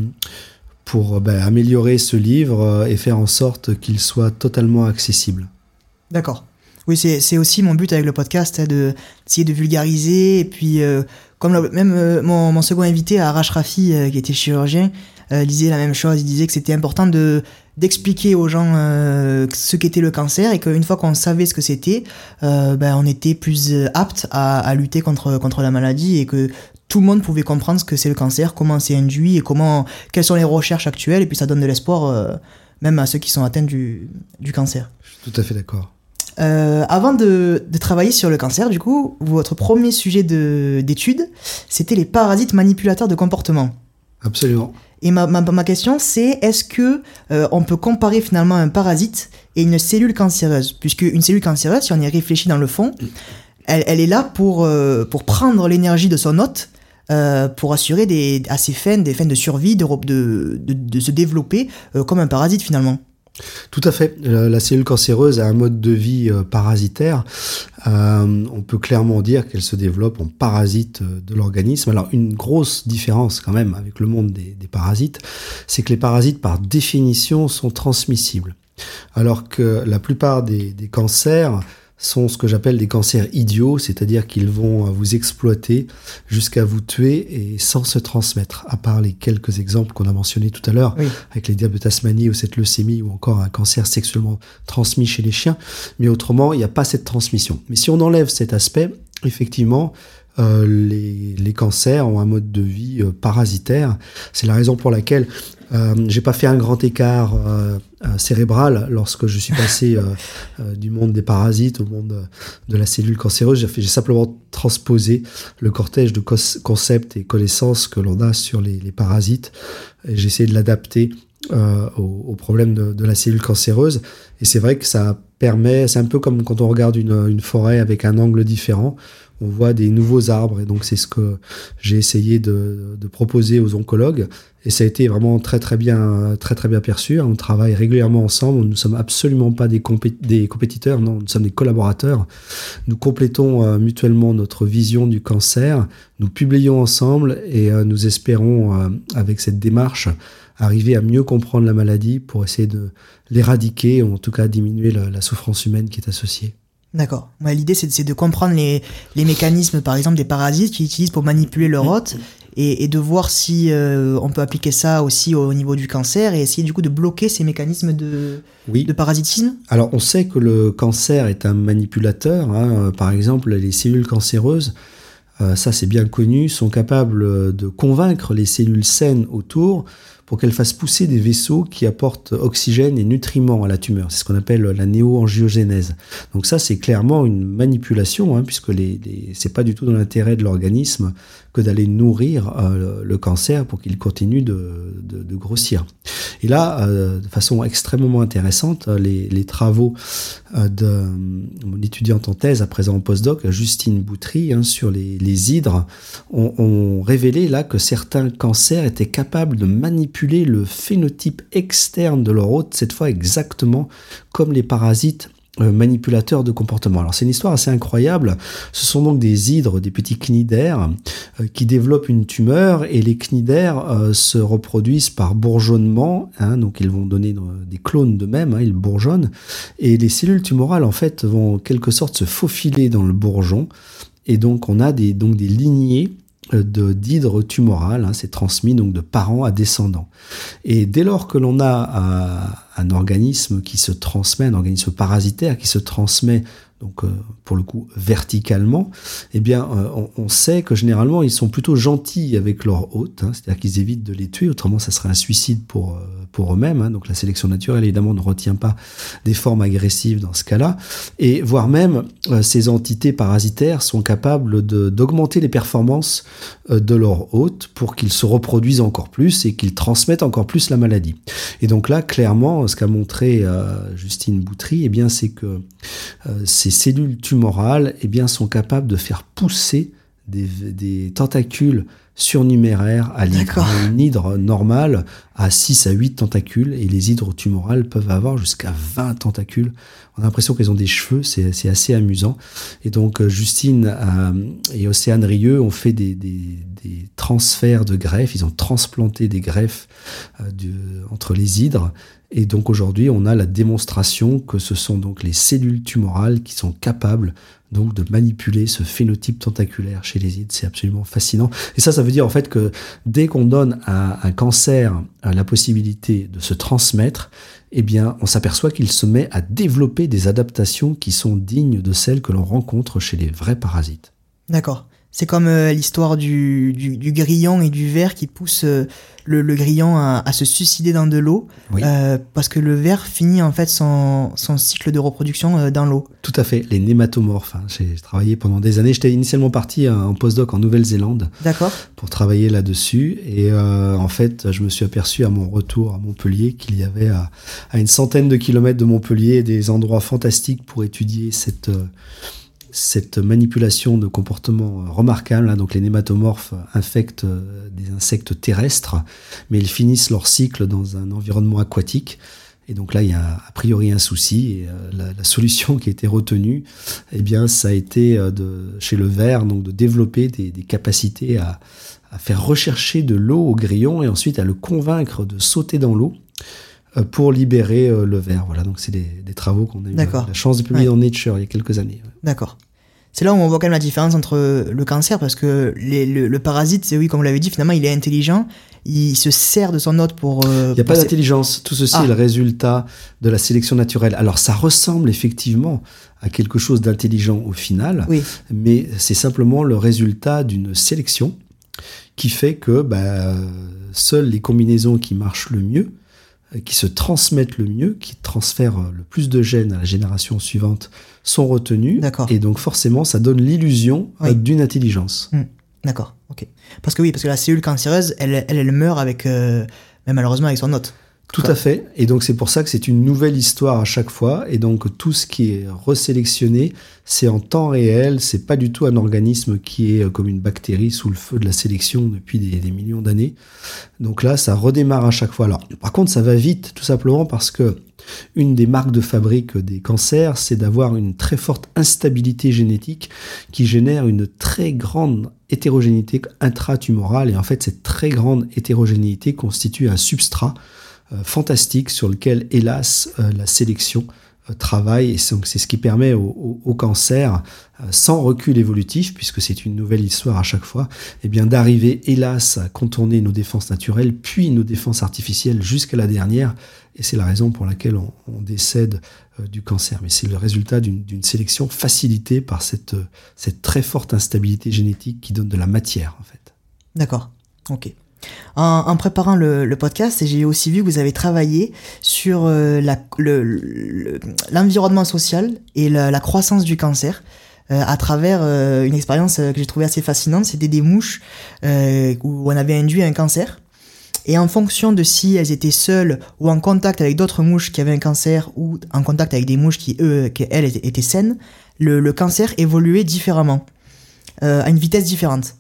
pour ben, améliorer ce livre euh, et faire en sorte qu'il soit totalement accessible. D'accord. Oui, c'est, c'est aussi mon but avec le podcast, hein, de, d'essayer de vulgariser. Et puis, euh, comme le, même euh, mon, mon second invité, Arash Rafi, euh, qui était chirurgien, euh, disait la même chose. Il disait que c'était important de, d'expliquer aux gens euh, ce qu'était le cancer et qu'une fois qu'on savait ce que c'était, euh, ben, on était plus apte à, à lutter contre, contre la maladie et que tout le monde pouvait comprendre ce que c'est le cancer, comment c'est induit et comment, quelles sont les recherches actuelles. Et puis, ça donne de l'espoir euh, même à ceux qui sont atteints du, du cancer. Je suis tout à fait d'accord. Euh, avant de, de travailler sur le cancer, du coup, votre premier sujet de, d'étude, c'était les parasites manipulateurs de comportement. Absolument. Et ma, ma, ma question, c'est est-ce que euh, on peut comparer finalement un parasite et une cellule cancéreuse ? Puisque une cellule cancéreuse, si on y réfléchit dans le fond, elle, elle est là pour, euh, pour prendre l'énergie de son hôte, euh, pour assurer des, à ses fins, des fins de survie, de, de, de, de se développer euh, comme un parasite finalement. Tout à fait. La cellule cancéreuse a un mode de vie euh, parasitaire. Euh, on peut clairement dire qu'elle se développe en parasite de l'organisme. Alors, une grosse différence quand même avec le monde des, des parasites, c'est que les parasites, par définition, sont transmissibles. Alors que la plupart des, des cancers sont ce que j'appelle des cancers idiots, c'est-à-dire qu'ils vont vous exploiter jusqu'à vous tuer et sans se transmettre, à part les quelques exemples qu'on a mentionnés tout à l'heure, oui. Avec les diables de Tasmanie ou cette leucémie ou encore un cancer sexuellement transmis chez les chiens. Mais autrement, il n'y a pas cette transmission. Mais si on enlève cet aspect, effectivement, euh, les, les cancers ont un mode de vie euh, parasitaire. C'est la raison pour laquelle euh, j'ai pas fait un grand écart euh, euh, cérébral lorsque je suis passé euh, euh, du monde des parasites au monde de la cellule cancéreuse. J'ai, fait, j'ai simplement transposé le cortège de concepts et connaissances que l'on a sur les, les parasites. Et j'ai essayé de l'adapter euh, au, au problème de, de la cellule cancéreuse. Et c'est vrai que ça permet, c'est un peu comme quand on regarde une, une forêt avec un angle différent. On voit des nouveaux arbres et donc c'est ce que j'ai essayé de, de proposer aux oncologues et ça a été vraiment très très bien très très bien perçu. On travaille régulièrement ensemble, nous ne sommes absolument pas des, compé- des compétiteurs, non, nous sommes des collaborateurs. Nous complétons euh, mutuellement notre vision du cancer, nous publions ensemble et euh, nous espérons euh, avec cette démarche arriver à mieux comprendre la maladie pour essayer de l'éradiquer ou en tout cas diminuer la, la souffrance humaine qui est associée. D'accord. Ouais, l'idée, c'est de, c'est de comprendre les, les mécanismes, par exemple, des parasites qu'ils utilisent pour manipuler leur hôte et, et de voir si euh, on peut appliquer ça aussi au niveau du cancer et essayer du coup de bloquer ces mécanismes de, oui. de parasitisme. Alors, on sait que le cancer est un manipulateur. Hein. Par exemple, les cellules cancéreuses, euh, ça c'est bien connu, sont capables de convaincre les cellules saines autour pour qu'elle fasse pousser des vaisseaux qui apportent oxygène et nutriments à la tumeur. C'est ce qu'on appelle la néo-angiogénèse. Donc ça, c'est clairement une manipulation, hein, puisque les, les, c'est pas du tout dans l'intérêt de l'organisme que d'aller nourrir euh, le cancer pour qu'il continue de, de, de grossir. Et là, euh, de façon extrêmement intéressante, les, les travaux euh, de mon étudiante en thèse, à présent en postdoc, Justine Boutry, hein, sur les, les hydres, ont, ont révélé là que certains cancers étaient capables de manipuler le phénotype externe de leur hôte, cette fois exactement comme les parasites euh, manipulateurs de comportement. Alors c'est une histoire assez incroyable. Ce sont donc des hydres, des petits cnidaires euh, qui développent une tumeur, et les cnidaires euh, se reproduisent par bourgeonnement, hein, donc ils vont donner euh, des clones d'eux-mêmes, hein, ils bourgeonnent, et les cellules tumorales en fait vont en quelque sorte se faufiler dans le bourgeon, et donc on a des, donc des lignées de d'hydre tumoral, hein, c'est transmis donc de parents à descendants. Et dès lors que l'on a un, un organisme qui se transmet, un organisme parasitaire qui se transmet donc euh, pour le coup verticalement, eh bien euh, on, on sait que généralement ils sont plutôt gentils avec leurs hôtes, hein, c'est-à-dire qu'ils évitent de les tuer, autrement ça serait un suicide pour, euh, pour eux-mêmes, hein, donc la sélection naturelle évidemment ne retient pas des formes agressives dans ce cas-là, et voire même euh, ces entités parasitaires sont capables de, d'augmenter les performances euh, de leurs hôtes pour qu'ils se reproduisent encore plus et qu'ils transmettent encore plus la maladie. Et donc là, clairement, ce qu'a montré euh, Justine Boutry, eh bien c'est que euh, ces cellules tumorales eh bien, sont capables de faire pousser des, des tentacules surnuméraires à l'hydre. Une hydre normale a six à huit tentacules, et les hydres tumorales peuvent avoir jusqu'à vingt tentacules. On a l'impression qu'elles ont des cheveux, c'est, c'est assez amusant. Et donc Justine euh, et Océane Rieux ont fait des, des, des transferts de greffes, ils ont transplanté des greffes euh, de, entre les hydres. Et donc aujourd'hui, on a la démonstration que ce sont donc les cellules tumorales qui sont capables donc de manipuler ce phénotype tentaculaire chez les hydres. C'est absolument fascinant. Et ça, ça veut dire en fait que dès qu'on donne à un cancer la possibilité de se transmettre, eh bien, on s'aperçoit qu'il se met à développer des adaptations qui sont dignes de celles que l'on rencontre chez les vrais parasites. D'accord. C'est comme euh, l'histoire du, du, du grillon et du ver qui pousse euh, le, le grillon à, à se suicider dans de l'eau, oui. euh, parce que le ver finit en fait son, son cycle de reproduction euh, dans l'eau. Tout à fait, les nématomorphes. Hein. J'ai travaillé pendant des années. J'étais initialement parti euh, en postdoc en Nouvelle-Zélande. D'accord. Pour travailler là-dessus. Et euh, en fait, je me suis aperçu à mon retour à Montpellier qu'il y avait à, à une centaine de kilomètres de Montpellier des endroits fantastiques pour étudier cette... Euh, cette manipulation de comportement remarquable, hein, donc les nématomorphes infectent des insectes terrestres, mais ils finissent leur cycle dans un environnement aquatique. Et donc là, il y a a priori un souci. Et euh, la, la solution qui a été retenue, eh bien, ça a été euh, de, chez le ver, donc de développer des, des capacités à, à faire rechercher de l'eau au grillon et ensuite à le convaincre de sauter dans l'eau pour libérer euh, le ver. Voilà, donc c'est des, des travaux qu'on a eu D'accord. la chance de publier ouais. dans Nature il y a quelques années. Ouais. D'accord. C'est là où on voit quand même la différence entre le cancer, parce que les, le, le parasite, c'est oui, comme vous l'avez dit, finalement, il est intelligent, il se sert de son hôte pour... Euh, il n'y a pour pas d'intelligence, tout ceci ah. est le résultat de la sélection naturelle. Alors ça ressemble effectivement à quelque chose d'intelligent au final, oui. mais c'est simplement le résultat d'une sélection qui fait que bah, seules les combinaisons qui marchent le mieux, qui se transmettent le mieux, qui transfèrent le plus de gènes à la génération suivante, sont retenues. D'accord. Et donc forcément, ça donne l'illusion oui. d'une intelligence. Mmh. D'accord, ok. Parce que oui, parce que la cellule cancéreuse, elle, elle, elle meurt avec, euh, mais malheureusement avec son hôte. Tout à fait. Et donc c'est pour ça que c'est une nouvelle histoire à chaque fois. Et donc tout ce qui est resélectionné, c'est en temps réel. C'est pas du tout un organisme qui est comme une bactérie sous le feu de la sélection depuis des, des millions d'années. Donc là, ça redémarre à chaque fois. Alors, par contre, ça va vite, tout simplement parce que une des marques de fabrique des cancers, c'est d'avoir une très forte instabilité génétique qui génère une très grande hétérogénéité intratumorale. Et en fait, cette très grande hétérogénéité constitue un substrat euh, fantastique sur lequel, hélas, euh, la sélection euh, travaille. Et c'est, donc, c'est ce qui permet au, au, au cancer, euh, sans recul évolutif, puisque c'est une nouvelle histoire à chaque fois, eh bien, d'arriver, hélas, à contourner nos défenses naturelles, puis nos défenses artificielles jusqu'à la dernière. Et c'est la raison pour laquelle on, on décède euh, du cancer. Mais c'est le résultat d'une, d'une sélection facilitée par cette, euh, cette très forte instabilité génétique qui donne de la matière, en fait. D'accord, ok. En, en préparant le, le podcast, j'ai aussi vu que vous avez travaillé sur euh, la, le, le, l'environnement social et la, la croissance du cancer euh, à travers euh, une expérience que j'ai trouvée assez fascinante. C'était des mouches euh, où on avait induit un cancer. Et en fonction de si elles étaient seules ou en contact avec d'autres mouches qui avaient un cancer ou en contact avec des mouches qui, eux, qui elles, étaient, étaient saines, le, le cancer évoluait différemment, euh, à une vitesse différente.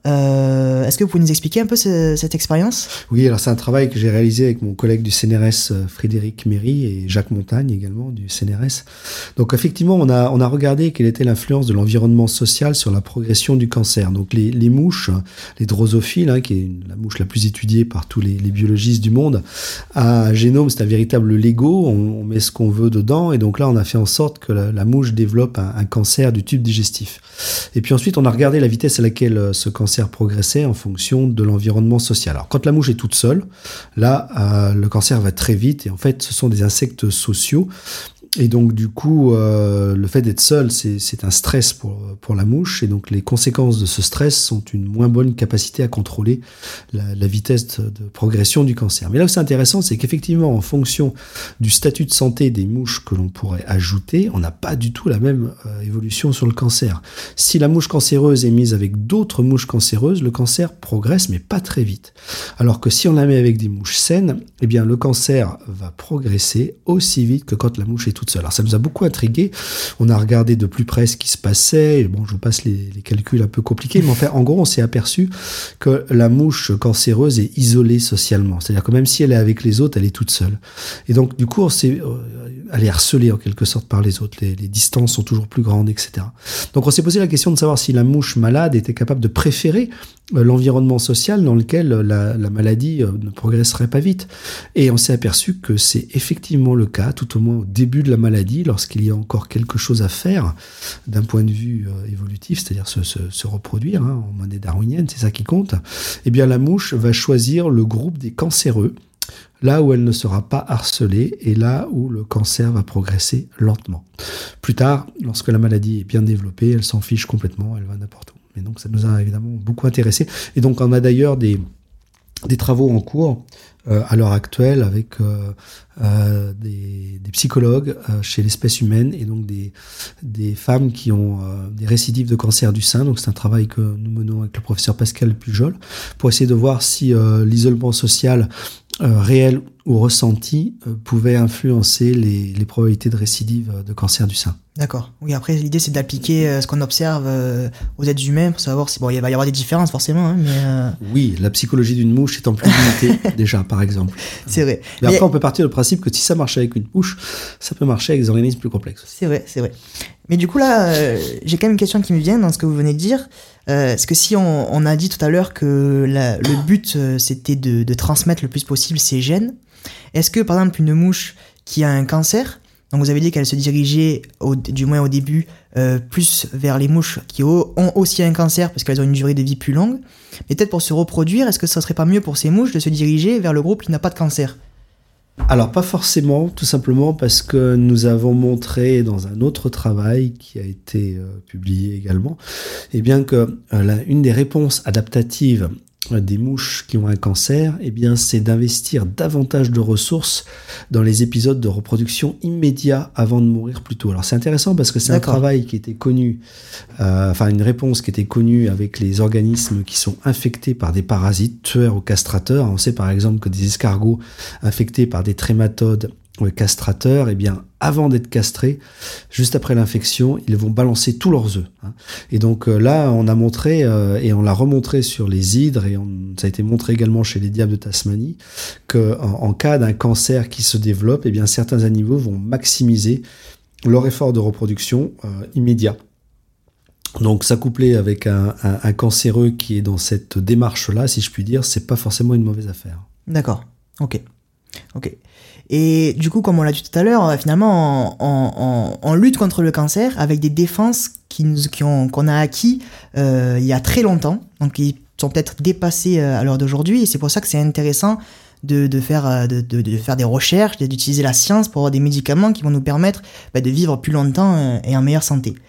Euh, est-ce que vous pouvez nous expliquer un peu ce, cette expérience ? Oui, alors c'est un travail que j'ai réalisé avec mon collègue du C N R S, Frédéric Méry, et Jacques Montagne également du C N R S. Donc effectivement, on a, on a regardé quelle était l'influence de l'environnement social sur la progression du cancer. Donc les, les mouches, les drosophiles, hein, qui est une, la mouche la plus étudiée par tous les, les biologistes du monde, a un génome, c'est un véritable Lego, on, on met ce qu'on veut dedans, et donc là on a fait en sorte que la, la mouche développe un, un cancer du tube digestif. Et puis ensuite on a regardé la vitesse à laquelle ce cancer progresser en fonction de l'environnement social. Alors quand la mouche est toute seule, là euh, le cancer va très vite et en fait ce sont des insectes sociaux et donc du coup euh, le fait d'être seul c'est, c'est un stress pour, pour la mouche et donc les conséquences de ce stress sont une moins bonne capacité à contrôler la, la vitesse de, de progression du cancer. Mais là où c'est intéressant c'est qu'effectivement en fonction du statut de santé des mouches que l'on pourrait ajouter, on n'a pas du tout la même euh, évolution sur le cancer. Si la mouche cancéreuse est mise avec d'autres mouches cancéreuses, le cancer progresse mais pas très vite. Alors que si on la met avec des mouches saines, eh bien le cancer va progresser aussi vite que quand la mouche est toute seule. Alors ça nous a beaucoup intrigué. On a regardé de plus près ce qui se passait. Et bon, je vous passe les, les calculs un peu compliqués, mais en fait, en gros, on s'est aperçu que la mouche cancéreuse est isolée socialement. C'est-à-dire que même si elle est avec les autres, elle est toute seule. Et donc, du coup, on s'est, euh, elle est harcelée en quelque sorte par les autres. Les, les distances sont toujours plus grandes, et cetera. Donc, on s'est posé la question de savoir si la mouche malade était capable de préférer euh, l'environnement social dans lequel la, la maladie euh, ne progresserait pas vite. Et on s'est aperçu que c'est effectivement le cas, tout au moins au début de la maladie, lorsqu'il y a encore quelque chose à faire d'un point de vue euh, évolutif, c'est-à-dire se, se, se reproduire, hein, en monnaie darwinienne, c'est ça qui compte, eh bien la mouche va choisir le groupe des cancéreux, là où elle ne sera pas harcelée et là où le cancer va progresser lentement. Plus tard, lorsque la maladie est bien développée, elle s'en fiche complètement, elle va n'importe où. Et donc ça nous a évidemment beaucoup intéressés. Et donc on a d'ailleurs des, des travaux en cours Euh, à l'heure actuelle avec euh, euh, des, des psychologues euh, chez l'espèce humaine et donc des, des femmes qui ont euh, des récidives de cancer du sein. Donc c'est un travail que nous menons avec le professeur Pascal Pujol pour essayer de voir si euh, l'isolement social euh, réel ou ressenti euh, pouvait influencer les, les probabilités de récidive de cancer du sein. D'accord. Oui, après, l'idée, c'est d'appliquer euh, ce qu'on observe euh, aux êtres humains pour savoir si... Bon, il va y avoir des différences, forcément, hein, mais... Euh... Oui, la psychologie d'une mouche étant plus limitée, déjà, par exemple. C'est vrai. Mais, mais après, on peut partir du principe que si ça marche avec une mouche, ça peut marcher avec des organismes plus complexes. C'est vrai, c'est vrai. Mais du coup, là, euh, j'ai quand même une question qui me vient dans ce que vous venez de dire. Euh, parce que si on, on a dit tout à l'heure que la, le but, euh, c'était de, de transmettre le plus possible ces gènes, est-ce que, par exemple, une mouche qui a un cancer... Donc vous avez dit qu'elle se dirigeait, au, du moins au début, euh, plus vers les mouches qui ont aussi un cancer parce qu'elles ont une durée de vie plus longue. Mais peut-être pour se reproduire, est-ce que ça serait pas mieux pour ces mouches de se diriger vers le groupe qui n'a pas de cancer ? Alors pas forcément, tout simplement parce que nous avons montré dans un autre travail qui a été euh, publié également, eh bien que euh, la, une des réponses adaptatives des mouches qui ont un cancer, eh bien, c'est d'investir davantage de ressources dans les épisodes de reproduction immédiats avant de mourir plus tôt. Alors c'est intéressant parce que c'est D'accord. un travail qui était connu, euh, enfin une réponse qui était connue avec les organismes qui sont infectés par des parasites tueurs ou castrateurs. On sait par exemple que des escargots infectés par des trématodes ou castrateurs, eh bien, avant d'être castrés, juste après l'infection, ils vont balancer tous leurs œufs. Hein. Et donc euh, là, on a montré, euh, et on l'a remontré sur les hydres, et on, ça a été montré également chez les diables de Tasmanie, que en, en cas d'un cancer qui se développe, eh bien, certains animaux vont maximiser leur effort de reproduction euh, immédiat. Donc s'accoupler avec un, un, un cancéreux qui est dans cette démarche-là, si je puis dire, c'est pas forcément une mauvaise affaire. D'accord, ok. Ok. Et du coup, comme on l'a dit tout à l'heure, finalement, on, on, on lutte contre le cancer avec des défenses qui nous, qui ont, qu'on a acquis euh, il y a très longtemps, donc qui sont peut-être dépassées à l'heure d'aujourd'hui, et c'est pour ça que c'est intéressant de, de, faire, de, de, de faire des recherches, d'utiliser la science pour avoir des médicaments qui vont nous permettre bah, de vivre plus longtemps et en meilleure santé.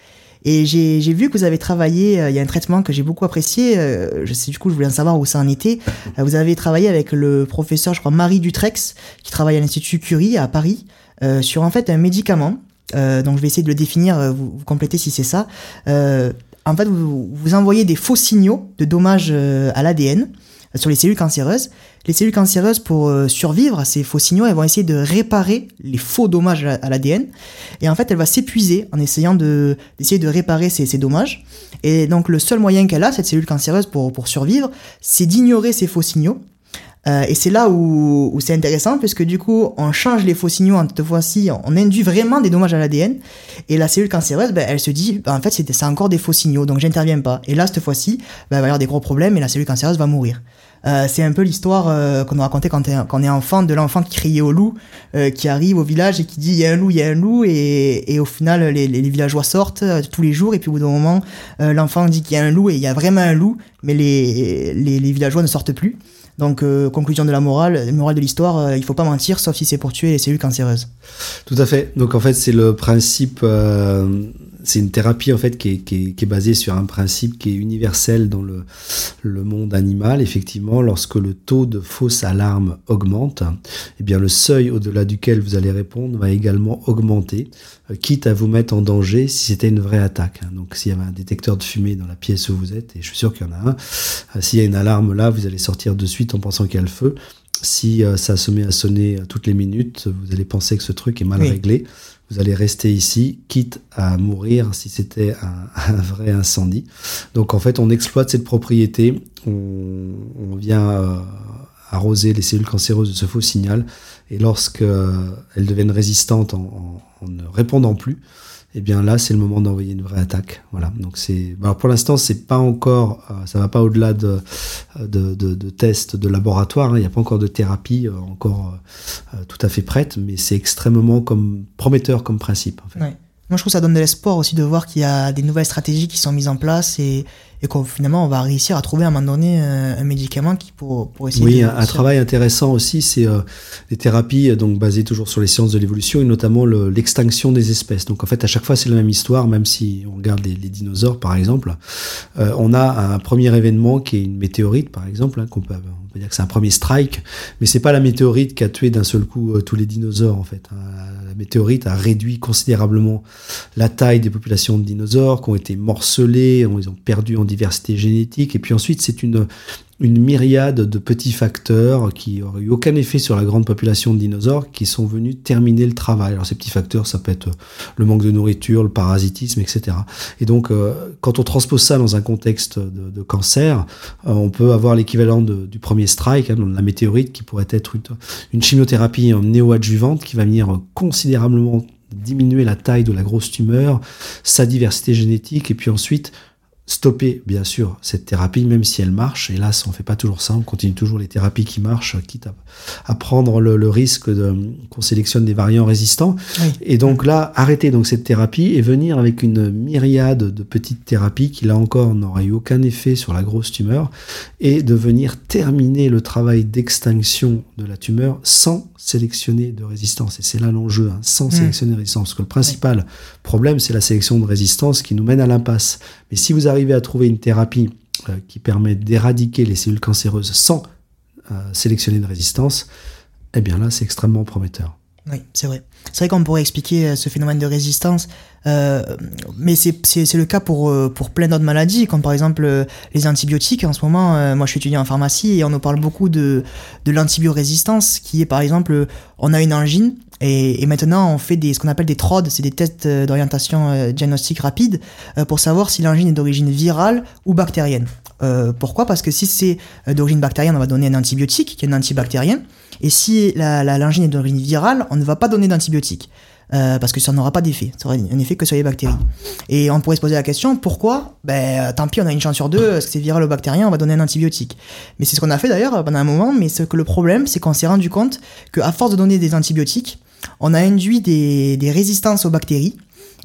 Et j'ai, j'ai vu que vous avez travaillé, euh, il y a un traitement que j'ai beaucoup apprécié, euh, je sais, du coup je voulais en savoir où ça en était. Euh, vous avez travaillé avec le professeur, je crois, Marie Dutrex, qui travaille à l'Institut Curie à Paris, euh, sur en fait un médicament. Euh, donc je vais essayer de le définir, euh, vous, vous complétez si c'est ça. Euh, en fait, vous, vous envoyez des faux signaux de dommages euh, à l'A D N euh, sur les cellules cancéreuses. Les cellules cancéreuses, pour euh, survivre à ces faux signaux, elles vont essayer de réparer les faux dommages à, à l'A D N. Et en fait, elle va s'épuiser en essayant de, d'essayer de réparer ces, ces dommages. Et donc, le seul moyen qu'elle a, cette cellule cancéreuse, pour, pour survivre, c'est d'ignorer ces faux signaux. Euh, et c'est là où, où c'est intéressant, puisque du coup, on change les faux signaux, cette fois-ci, on induit vraiment des dommages à l'A D N. Et la cellule cancéreuse, ben, elle se dit, ben, en fait, c'est, c'est encore des faux signaux, donc j'interviens pas. Et là, cette fois-ci, ben, il va y avoir des gros problèmes et la cellule cancéreuse va mourir. Euh, c'est un peu l'histoire euh, qu'on nous racontait quand, quand on est enfant, de l'enfant qui criait au loup, euh, qui arrive au village et qui dit il y a un loup, il y a un loup, et, et au final les, les, les villageois sortent euh, tous les jours, et puis au bout d'un moment euh, l'enfant dit qu'il y a un loup et il y a vraiment un loup, mais les, les, les villageois ne sortent plus. Donc euh, conclusion de la morale, morale de l'histoire, euh, il faut pas mentir sauf si c'est pour tuer les cellules cancéreuses. Tout à fait. Donc en fait c'est le principe, euh, c'est une thérapie en fait qui est, qui est, qui est basée sur un principe qui est universel dans le, le monde animal. Effectivement, lorsque le taux de fausses alarmes augmente, eh bien le seuil au-delà duquel vous allez répondre va également augmenter, euh, quitte à vous mettre en danger si c'était une vraie attaque. Donc s'il y avait un détecteur de fumée dans la pièce où vous êtes, et je suis sûr qu'il y en a un, euh, s'il y a une alarme là, vous allez sortir de suite en pensant qu'il y a le feu. Si euh, ça se met à sonner toutes les minutes, vous allez penser que ce truc est mal oui. réglé. Vous allez rester ici, quitte à mourir si c'était un, un vrai incendie. Donc en fait, on exploite cette propriété, on, on vient euh, arroser les cellules cancéreuses de ce faux signal, et lorsqu'elles euh, deviennent résistantes en, en, en ne répondant plus, eh bien là, c'est le moment d'envoyer une vraie attaque. Voilà. Donc c'est. Alors pour l'instant, c'est pas encore. Euh, ça va pas au-delà de de, de, de tests de laboratoire. Hein. Il n'y a pas encore de thérapie euh, encore euh, tout à fait prête, mais c'est extrêmement comme prometteur comme principe. En fait. Ouais. Moi, je trouve que ça donne de l'espoir aussi de voir qu'il y a des nouvelles stratégies qui sont mises en place et, et qu'on finalement on va réussir à trouver à un moment donné un, un médicament qui pour pour essayer. Oui, de... un, un travail intéressant aussi, c'est euh, les thérapies donc basées toujours sur les sciences de l'évolution et notamment le, l'extinction des espèces. Donc en fait, à chaque fois, c'est la même histoire, même si on regarde les, les dinosaures par exemple, euh, on a un premier événement qui est une météorite par exemple, hein, qu'on peut on peut dire que c'est un premier strike, mais c'est pas la météorite qui a tué d'un seul coup euh, tous les dinosaures en fait. Hein. La météorite a réduit considérablement la taille des populations de dinosaures qui ont été morcelées, ils ont perdu en diversité génétique, et puis ensuite c'est une une myriade de petits facteurs qui n'auraient eu aucun effet sur la grande population de dinosaures qui sont venus terminer le travail. Alors ces petits facteurs, ça peut être le manque de nourriture, le parasitisme, et cetera. Et donc, euh, quand on transpose ça dans un contexte de, de cancer, euh, on peut avoir l'équivalent de, du premier strike, hein, la météorite, qui pourrait être une, une chimiothérapie néoadjuvante qui va venir considérablement diminuer la taille de la grosse tumeur, sa diversité génétique, et puis ensuite stopper, bien sûr, cette thérapie, même si elle marche. Hélas, on ne fait pas toujours ça, on continue toujours les thérapies qui marchent, quitte à, à prendre le, le risque de, qu'on sélectionne des variants résistants. Oui. Et donc là, arrêter donc cette thérapie et venir avec une myriade de petites thérapies qui, là encore, n'auraient eu aucun effet sur la grosse tumeur, et de venir terminer le travail d'extinction de la tumeur sans sélectionner de résistance. Et c'est là l'enjeu, hein, sans mmh. sélectionner de résistance. Parce que le principal oui. problème, c'est la sélection de résistance qui nous mène à l'impasse. Mais si vous arrivez à trouver une thérapie euh, qui permet d'éradiquer les cellules cancéreuses sans euh, sélectionner de résistance, eh bien là, c'est extrêmement prometteur. Oui, c'est vrai. C'est vrai qu'on pourrait expliquer ce phénomène de résistance, euh, mais c'est, c'est, c'est le cas pour, pour plein d'autres maladies, comme par exemple les antibiotiques. En ce moment, euh, moi je suis étudiant en pharmacie et on nous parle beaucoup de, de l'antibiorésistance, qui est par exemple, on a une angine, et, et maintenant on fait des, ce qu'on appelle des T R O D, c'est des tests d'orientation euh, diagnostique rapide, euh, pour savoir si l'angine est d'origine virale ou bactérienne. Euh, pourquoi ? Parce que si c'est d'origine bactérienne, on va donner un antibiotique qui est un antibactérien. Et si la, la, l'angine est d'origine virale, on ne va pas donner d'antibiotique. Euh, parce que ça n'aura pas d'effet. Ça aura un effet que sur les bactéries. Et on pourrait se poser la question, pourquoi ? Ben, tant pis, on a une chance sur deux, est-ce que c'est viral ou bactérien, on va donner un antibiotique. Mais c'est ce qu'on a fait d'ailleurs pendant un moment, mais ce que le problème, c'est qu'on s'est rendu compte qu'à force de donner des antibiotiques, on a induit des, des résistances aux bactéries.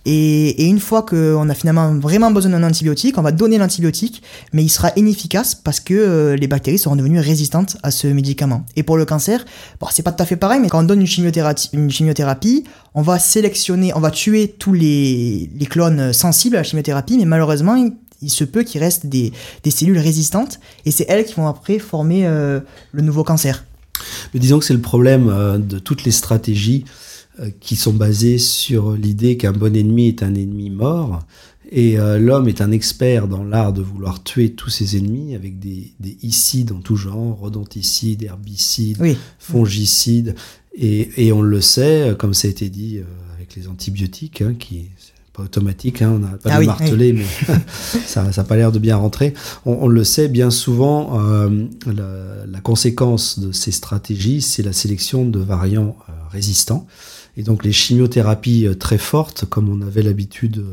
Et, et une fois qu'on a finalement vraiment besoin d'un antibiotique, on va donner l'antibiotique, mais il sera inefficace parce que euh, les bactéries seront devenues résistantes à ce médicament. Et pour le cancer, bon, c'est pas tout à fait pareil, mais quand on donne une chimiothérapie, une chimiothérapie, on va sélectionner, on va tuer tous les, les clones sensibles à la chimiothérapie, mais malheureusement, il, il se peut qu'il reste des, des cellules résistantes, et c'est elles qui vont après former euh, le nouveau cancer. Mais disons que c'est le problème euh, de toutes les stratégies qui sont basés sur l'idée qu'un bon ennemi est un ennemi mort, et euh, l'homme est un expert dans l'art de vouloir tuer tous ses ennemis avec des, des icides en tout genre, rodenticides, herbicides, oui. fongicides, et, et on le sait, comme ça a été dit euh, avec les antibiotiques, hein, qui c'est pas automatique, hein, on n'a pas ah de oui, martelé, oui. mais ça n'a pas l'air de bien rentrer. On, on le sait, bien souvent, euh, la, la conséquence de ces stratégies, c'est la sélection de variants euh, résistants. Et donc les chimiothérapies très fortes, comme on avait l'habitude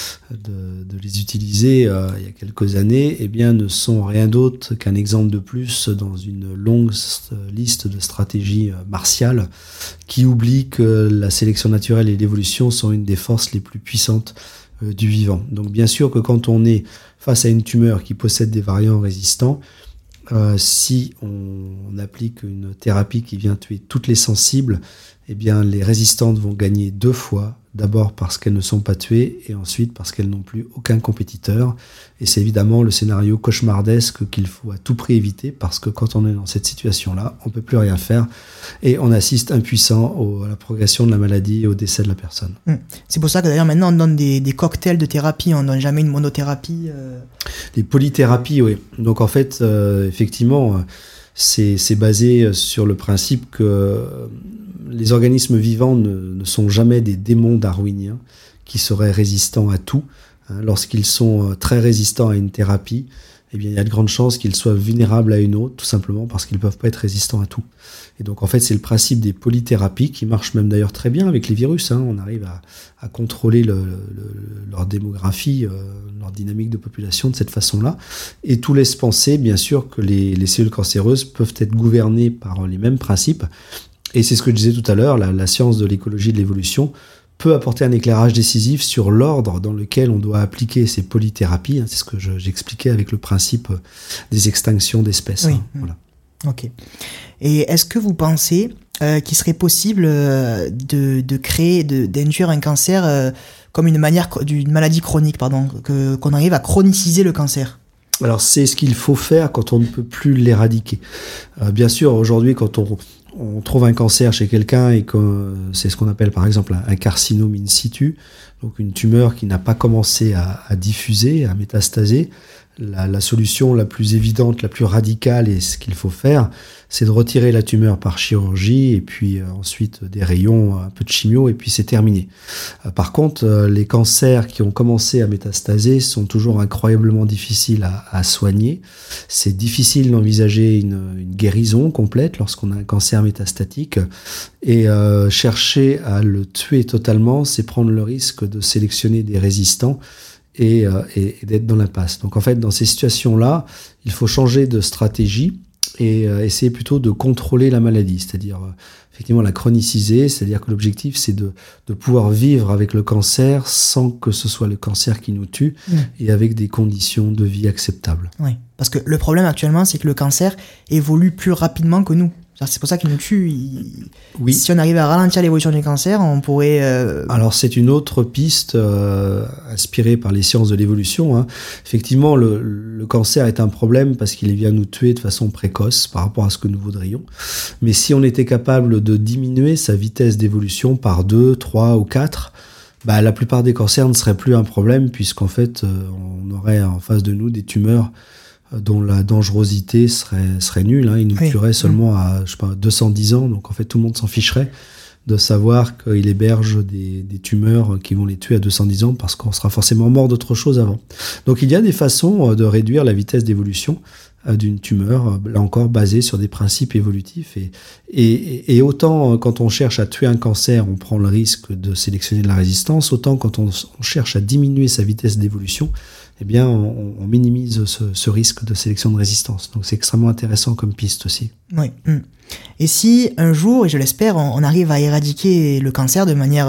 de, de les utiliser euh, il y a quelques années, eh bien, ne sont rien d'autre qu'un exemple de plus dans une longue liste de stratégies martiales qui oublient que la sélection naturelle et l'évolution sont une des forces les plus puissantes euh, du vivant. Donc bien sûr que quand on est face à une tumeur qui possède des variants résistants, euh, si on, on applique une thérapie qui vient tuer toutes les sensibles, eh bien, les résistantes vont gagner deux fois. D'abord parce qu'elles ne sont pas tuées et ensuite parce qu'elles n'ont plus aucun compétiteur. Et c'est évidemment le scénario cauchemardesque qu'il faut à tout prix éviter parce que quand on est dans cette situation-là, on ne peut plus rien faire et on assiste impuissant au, à la progression de la maladie et au décès de la personne. C'est pour ça que d'ailleurs maintenant on donne des, des cocktails de thérapie, on ne donne jamais une monothérapie. Euh... Des polythérapies, oui. Donc en fait, euh, effectivement, c'est, c'est basé sur le principe que euh, les organismes vivants ne, ne sont jamais des démons darwiniens qui seraient résistants à tout. Hein, lorsqu'ils sont très résistants à une thérapie, eh bien, il y a de grandes chances qu'ils soient vulnérables à une autre, tout simplement parce qu'ils ne peuvent pas être résistants à tout. Et donc, en fait, c'est le principe des polythérapies qui marche même d'ailleurs très bien avec les virus. Hein. On arrive à, à contrôler le, le, leur démographie, euh, leur dynamique de population de cette façon-là. Et tout laisse penser, bien sûr, que les, les cellules cancéreuses peuvent être gouvernées par les mêmes principes. Et c'est ce que je disais tout à l'heure, la, la science de l'écologie et de l'évolution peut apporter un éclairage décisif sur l'ordre dans lequel on doit appliquer ces polythérapies. C'est ce que je, j'expliquais avec le principe des extinctions d'espèces. Oui. Hein, voilà. Ok. Et est-ce que vous pensez euh, qu'il serait possible euh, de, de créer, de, d'induire un cancer euh, comme une manière d'une maladie chronique, pardon, que, qu'on arrive à chroniciser le cancer ? Alors c'est ce qu'il faut faire quand on ne peut plus l'éradiquer. Euh, bien sûr, aujourd'hui, quand on on trouve un cancer chez quelqu'un et que c'est ce qu'on appelle par exemple un carcinome in situ, donc une tumeur qui n'a pas commencé à, à diffuser, à métastaser, la, la solution la plus évidente, la plus radicale et ce qu'il faut faire, c'est de retirer la tumeur par chirurgie et puis euh, ensuite des rayons, un peu de chimio et puis c'est terminé. Euh, par contre, euh, les cancers qui ont commencé à métastaser sont toujours incroyablement difficiles à, à soigner. C'est difficile d'envisager une, une guérison complète lorsqu'on a un cancer métastatique et euh, chercher à le tuer totalement, c'est prendre le risque de sélectionner des résistants et, euh, et, et d'être dans l'impasse. Donc en fait, dans ces situations-là, il faut changer de stratégie et euh, essayer plutôt de contrôler la maladie, c'est-à-dire euh, effectivement la chroniciser, c'est-à-dire que l'objectif c'est de, de pouvoir vivre avec le cancer sans que ce soit le cancer qui nous tue mmh. et avec des conditions de vie acceptables. Oui, parce que le problème actuellement c'est que le cancer évolue plus rapidement que nous. C'est pour ça qu'il nous tue. Il... Oui. Si on arrivait à ralentir l'évolution du cancer, on pourrait... Euh... Alors c'est une autre piste euh, inspirée par les sciences de l'évolution. Hein. Effectivement, le, le cancer est un problème parce qu'il vient nous tuer de façon précoce par rapport à ce que nous voudrions. Mais si on était capable de diminuer sa vitesse d'évolution par deux, trois ou quatre, bah, la plupart des cancers ne seraient plus un problème puisqu'en fait, euh, on aurait en face de nous des tumeurs dont la dangerosité serait, serait nulle. Hein. Il nous oui. tuerait seulement à je sais pas, deux cent dix ans. Donc en fait, tout le monde s'en ficherait de savoir qu'il héberge des, des tumeurs qui vont les tuer à deux cent dix ans parce qu'on sera forcément mort d'autre chose avant. Donc il y a des façons de réduire la vitesse d'évolution d'une tumeur, là encore basée sur des principes évolutifs. Et, et, et autant quand on cherche à tuer un cancer, on prend le risque de sélectionner de la résistance, autant quand on, on cherche à diminuer sa vitesse d'évolution, eh bien, on, on minimise ce, ce risque de sélection de résistance. Donc, c'est extrêmement intéressant comme piste aussi. Oui. Et si un jour, et je l'espère, on, on arrive à éradiquer le cancer de manière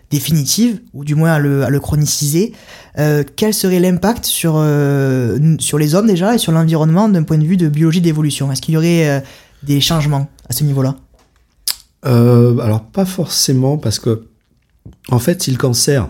définitive, ou du moins à le, à le chroniciser, euh, quel serait l'impact sur, euh, sur les hommes déjà et sur l'environnement d'un point de vue de biologie d'évolution? Est-ce qu'il y aurait euh, des changements à ce niveau-là? euh, Alors pas forcément, parce que en fait, si le cancer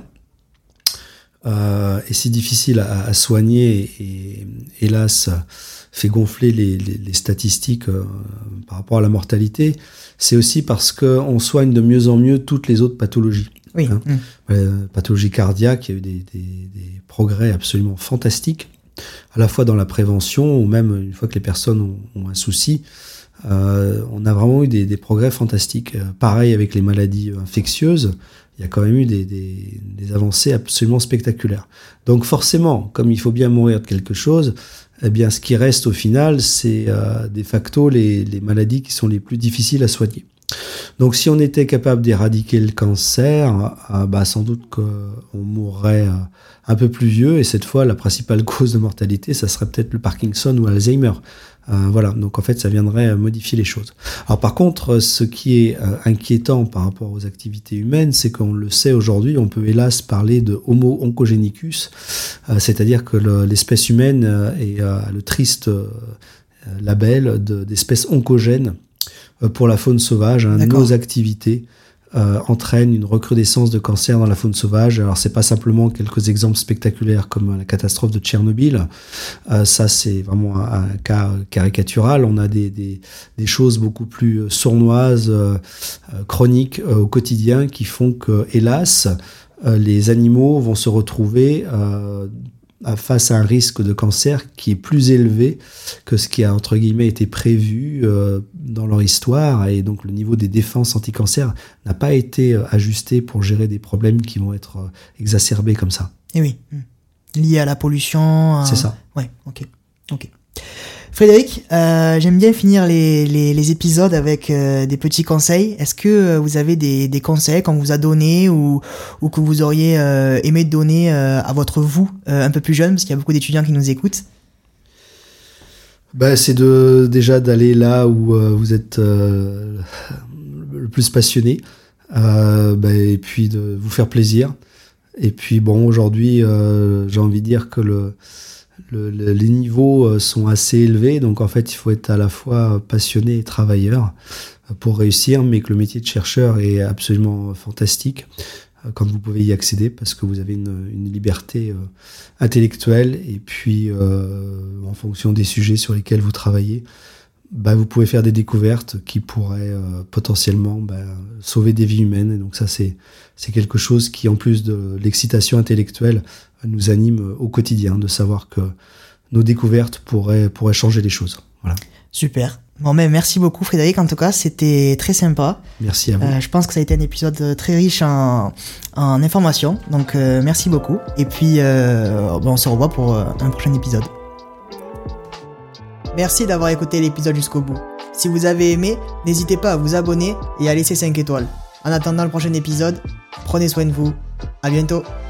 euh, est si difficile à, à soigner et hélas fait gonfler les, les, les statistiques euh, par rapport à la mortalité, c'est aussi parce qu'on soigne de mieux en mieux toutes les autres pathologies. Oui. Hein. Mmh. Euh, pathologie cardiaque, il y a eu des, des, des progrès absolument fantastiques, à la fois dans la prévention, ou même une fois que les personnes ont, ont un souci, euh, on a vraiment eu des, des progrès fantastiques. Euh, pareil avec les maladies infectieuses, il y a quand même eu des, des, des avancées absolument spectaculaires. Donc forcément, comme il faut bien mourir de quelque chose, eh bien ce qui reste au final, c'est euh, de facto les, les maladies qui sont les plus difficiles à soigner. Donc si on était capable d'éradiquer le cancer, euh, bah, sans doute qu'on mourrait euh, un peu plus vieux, et cette fois la principale cause de mortalité, ça serait peut-être le Parkinson ou l'Alzheimer. Euh, voilà, donc en fait ça viendrait modifier les choses. Alors par contre, ce qui est euh, inquiétant par rapport aux activités humaines, c'est qu'on le sait aujourd'hui, on peut hélas parler de Homo oncogenicus, euh, c'est-à-dire que le, l'espèce humaine euh, est euh, le triste euh, label de, d'espèce oncogène euh, pour la faune sauvage. Hein. Nos activités euh, entraînent une recrudescence de cancer dans la faune sauvage. Alors c'est pas simplement quelques exemples spectaculaires comme la catastrophe de Tchernobyl, euh, ça c'est vraiment un, un cas caricatural. On a des, des, des choses beaucoup plus sournoises, euh, chroniques euh, au quotidien qui font que, hélas, euh, les animaux vont se retrouver euh, face à un risque de cancer qui est plus élevé que ce qui a entre guillemets été prévu euh, dans leur histoire, et donc le niveau des défenses anti-cancer n'a pas été euh, ajusté pour gérer des problèmes qui vont être euh, exacerbés comme ça. Et oui, lié à la pollution. À... C'est ça. Ouais, ok, ok. Frédéric, euh, j'aime bien finir les, les, les épisodes avec euh, des petits conseils. Est-ce que vous avez des, des conseils qu'on vous a donnés ou, ou que vous auriez euh, aimé donner euh, à votre vous euh, un peu plus jeune, parce qu'il y a beaucoup d'étudiants qui nous écoutent? Bah, c'est de, déjà d'aller là où euh, vous êtes euh, le plus passionné, euh, bah, et puis de vous faire plaisir. Et puis bon, aujourd'hui, euh, j'ai envie de dire que le Le, le, les niveaux sont assez élevés, donc en fait il faut être à la fois passionné et travailleur pour réussir, mais que le métier de chercheur est absolument fantastique quand vous pouvez y accéder, parce que vous avez une, une liberté euh, intellectuelle, et puis euh, en fonction des sujets sur lesquels vous travaillez, bah, vous pouvez faire des découvertes qui pourraient euh, potentiellement bah, sauver des vies humaines. Et donc ça c'est, c'est quelque chose qui, en plus de l'excitation intellectuelle, nous anime au quotidien, de savoir que nos découvertes pourraient, pourraient changer les choses. Voilà. Super. Bon, mais merci beaucoup Frédéric, en tout cas c'était très sympa. Merci à vous. Euh, je pense que ça a été un épisode très riche en, en informations, donc euh, merci beaucoup. Et puis euh, bon, on se revoit pour euh, un prochain épisode. Merci d'avoir écouté l'épisode jusqu'au bout. Si vous avez aimé, n'hésitez pas à vous abonner et à laisser cinq étoiles. En attendant le prochain épisode, prenez soin de vous. À bientôt.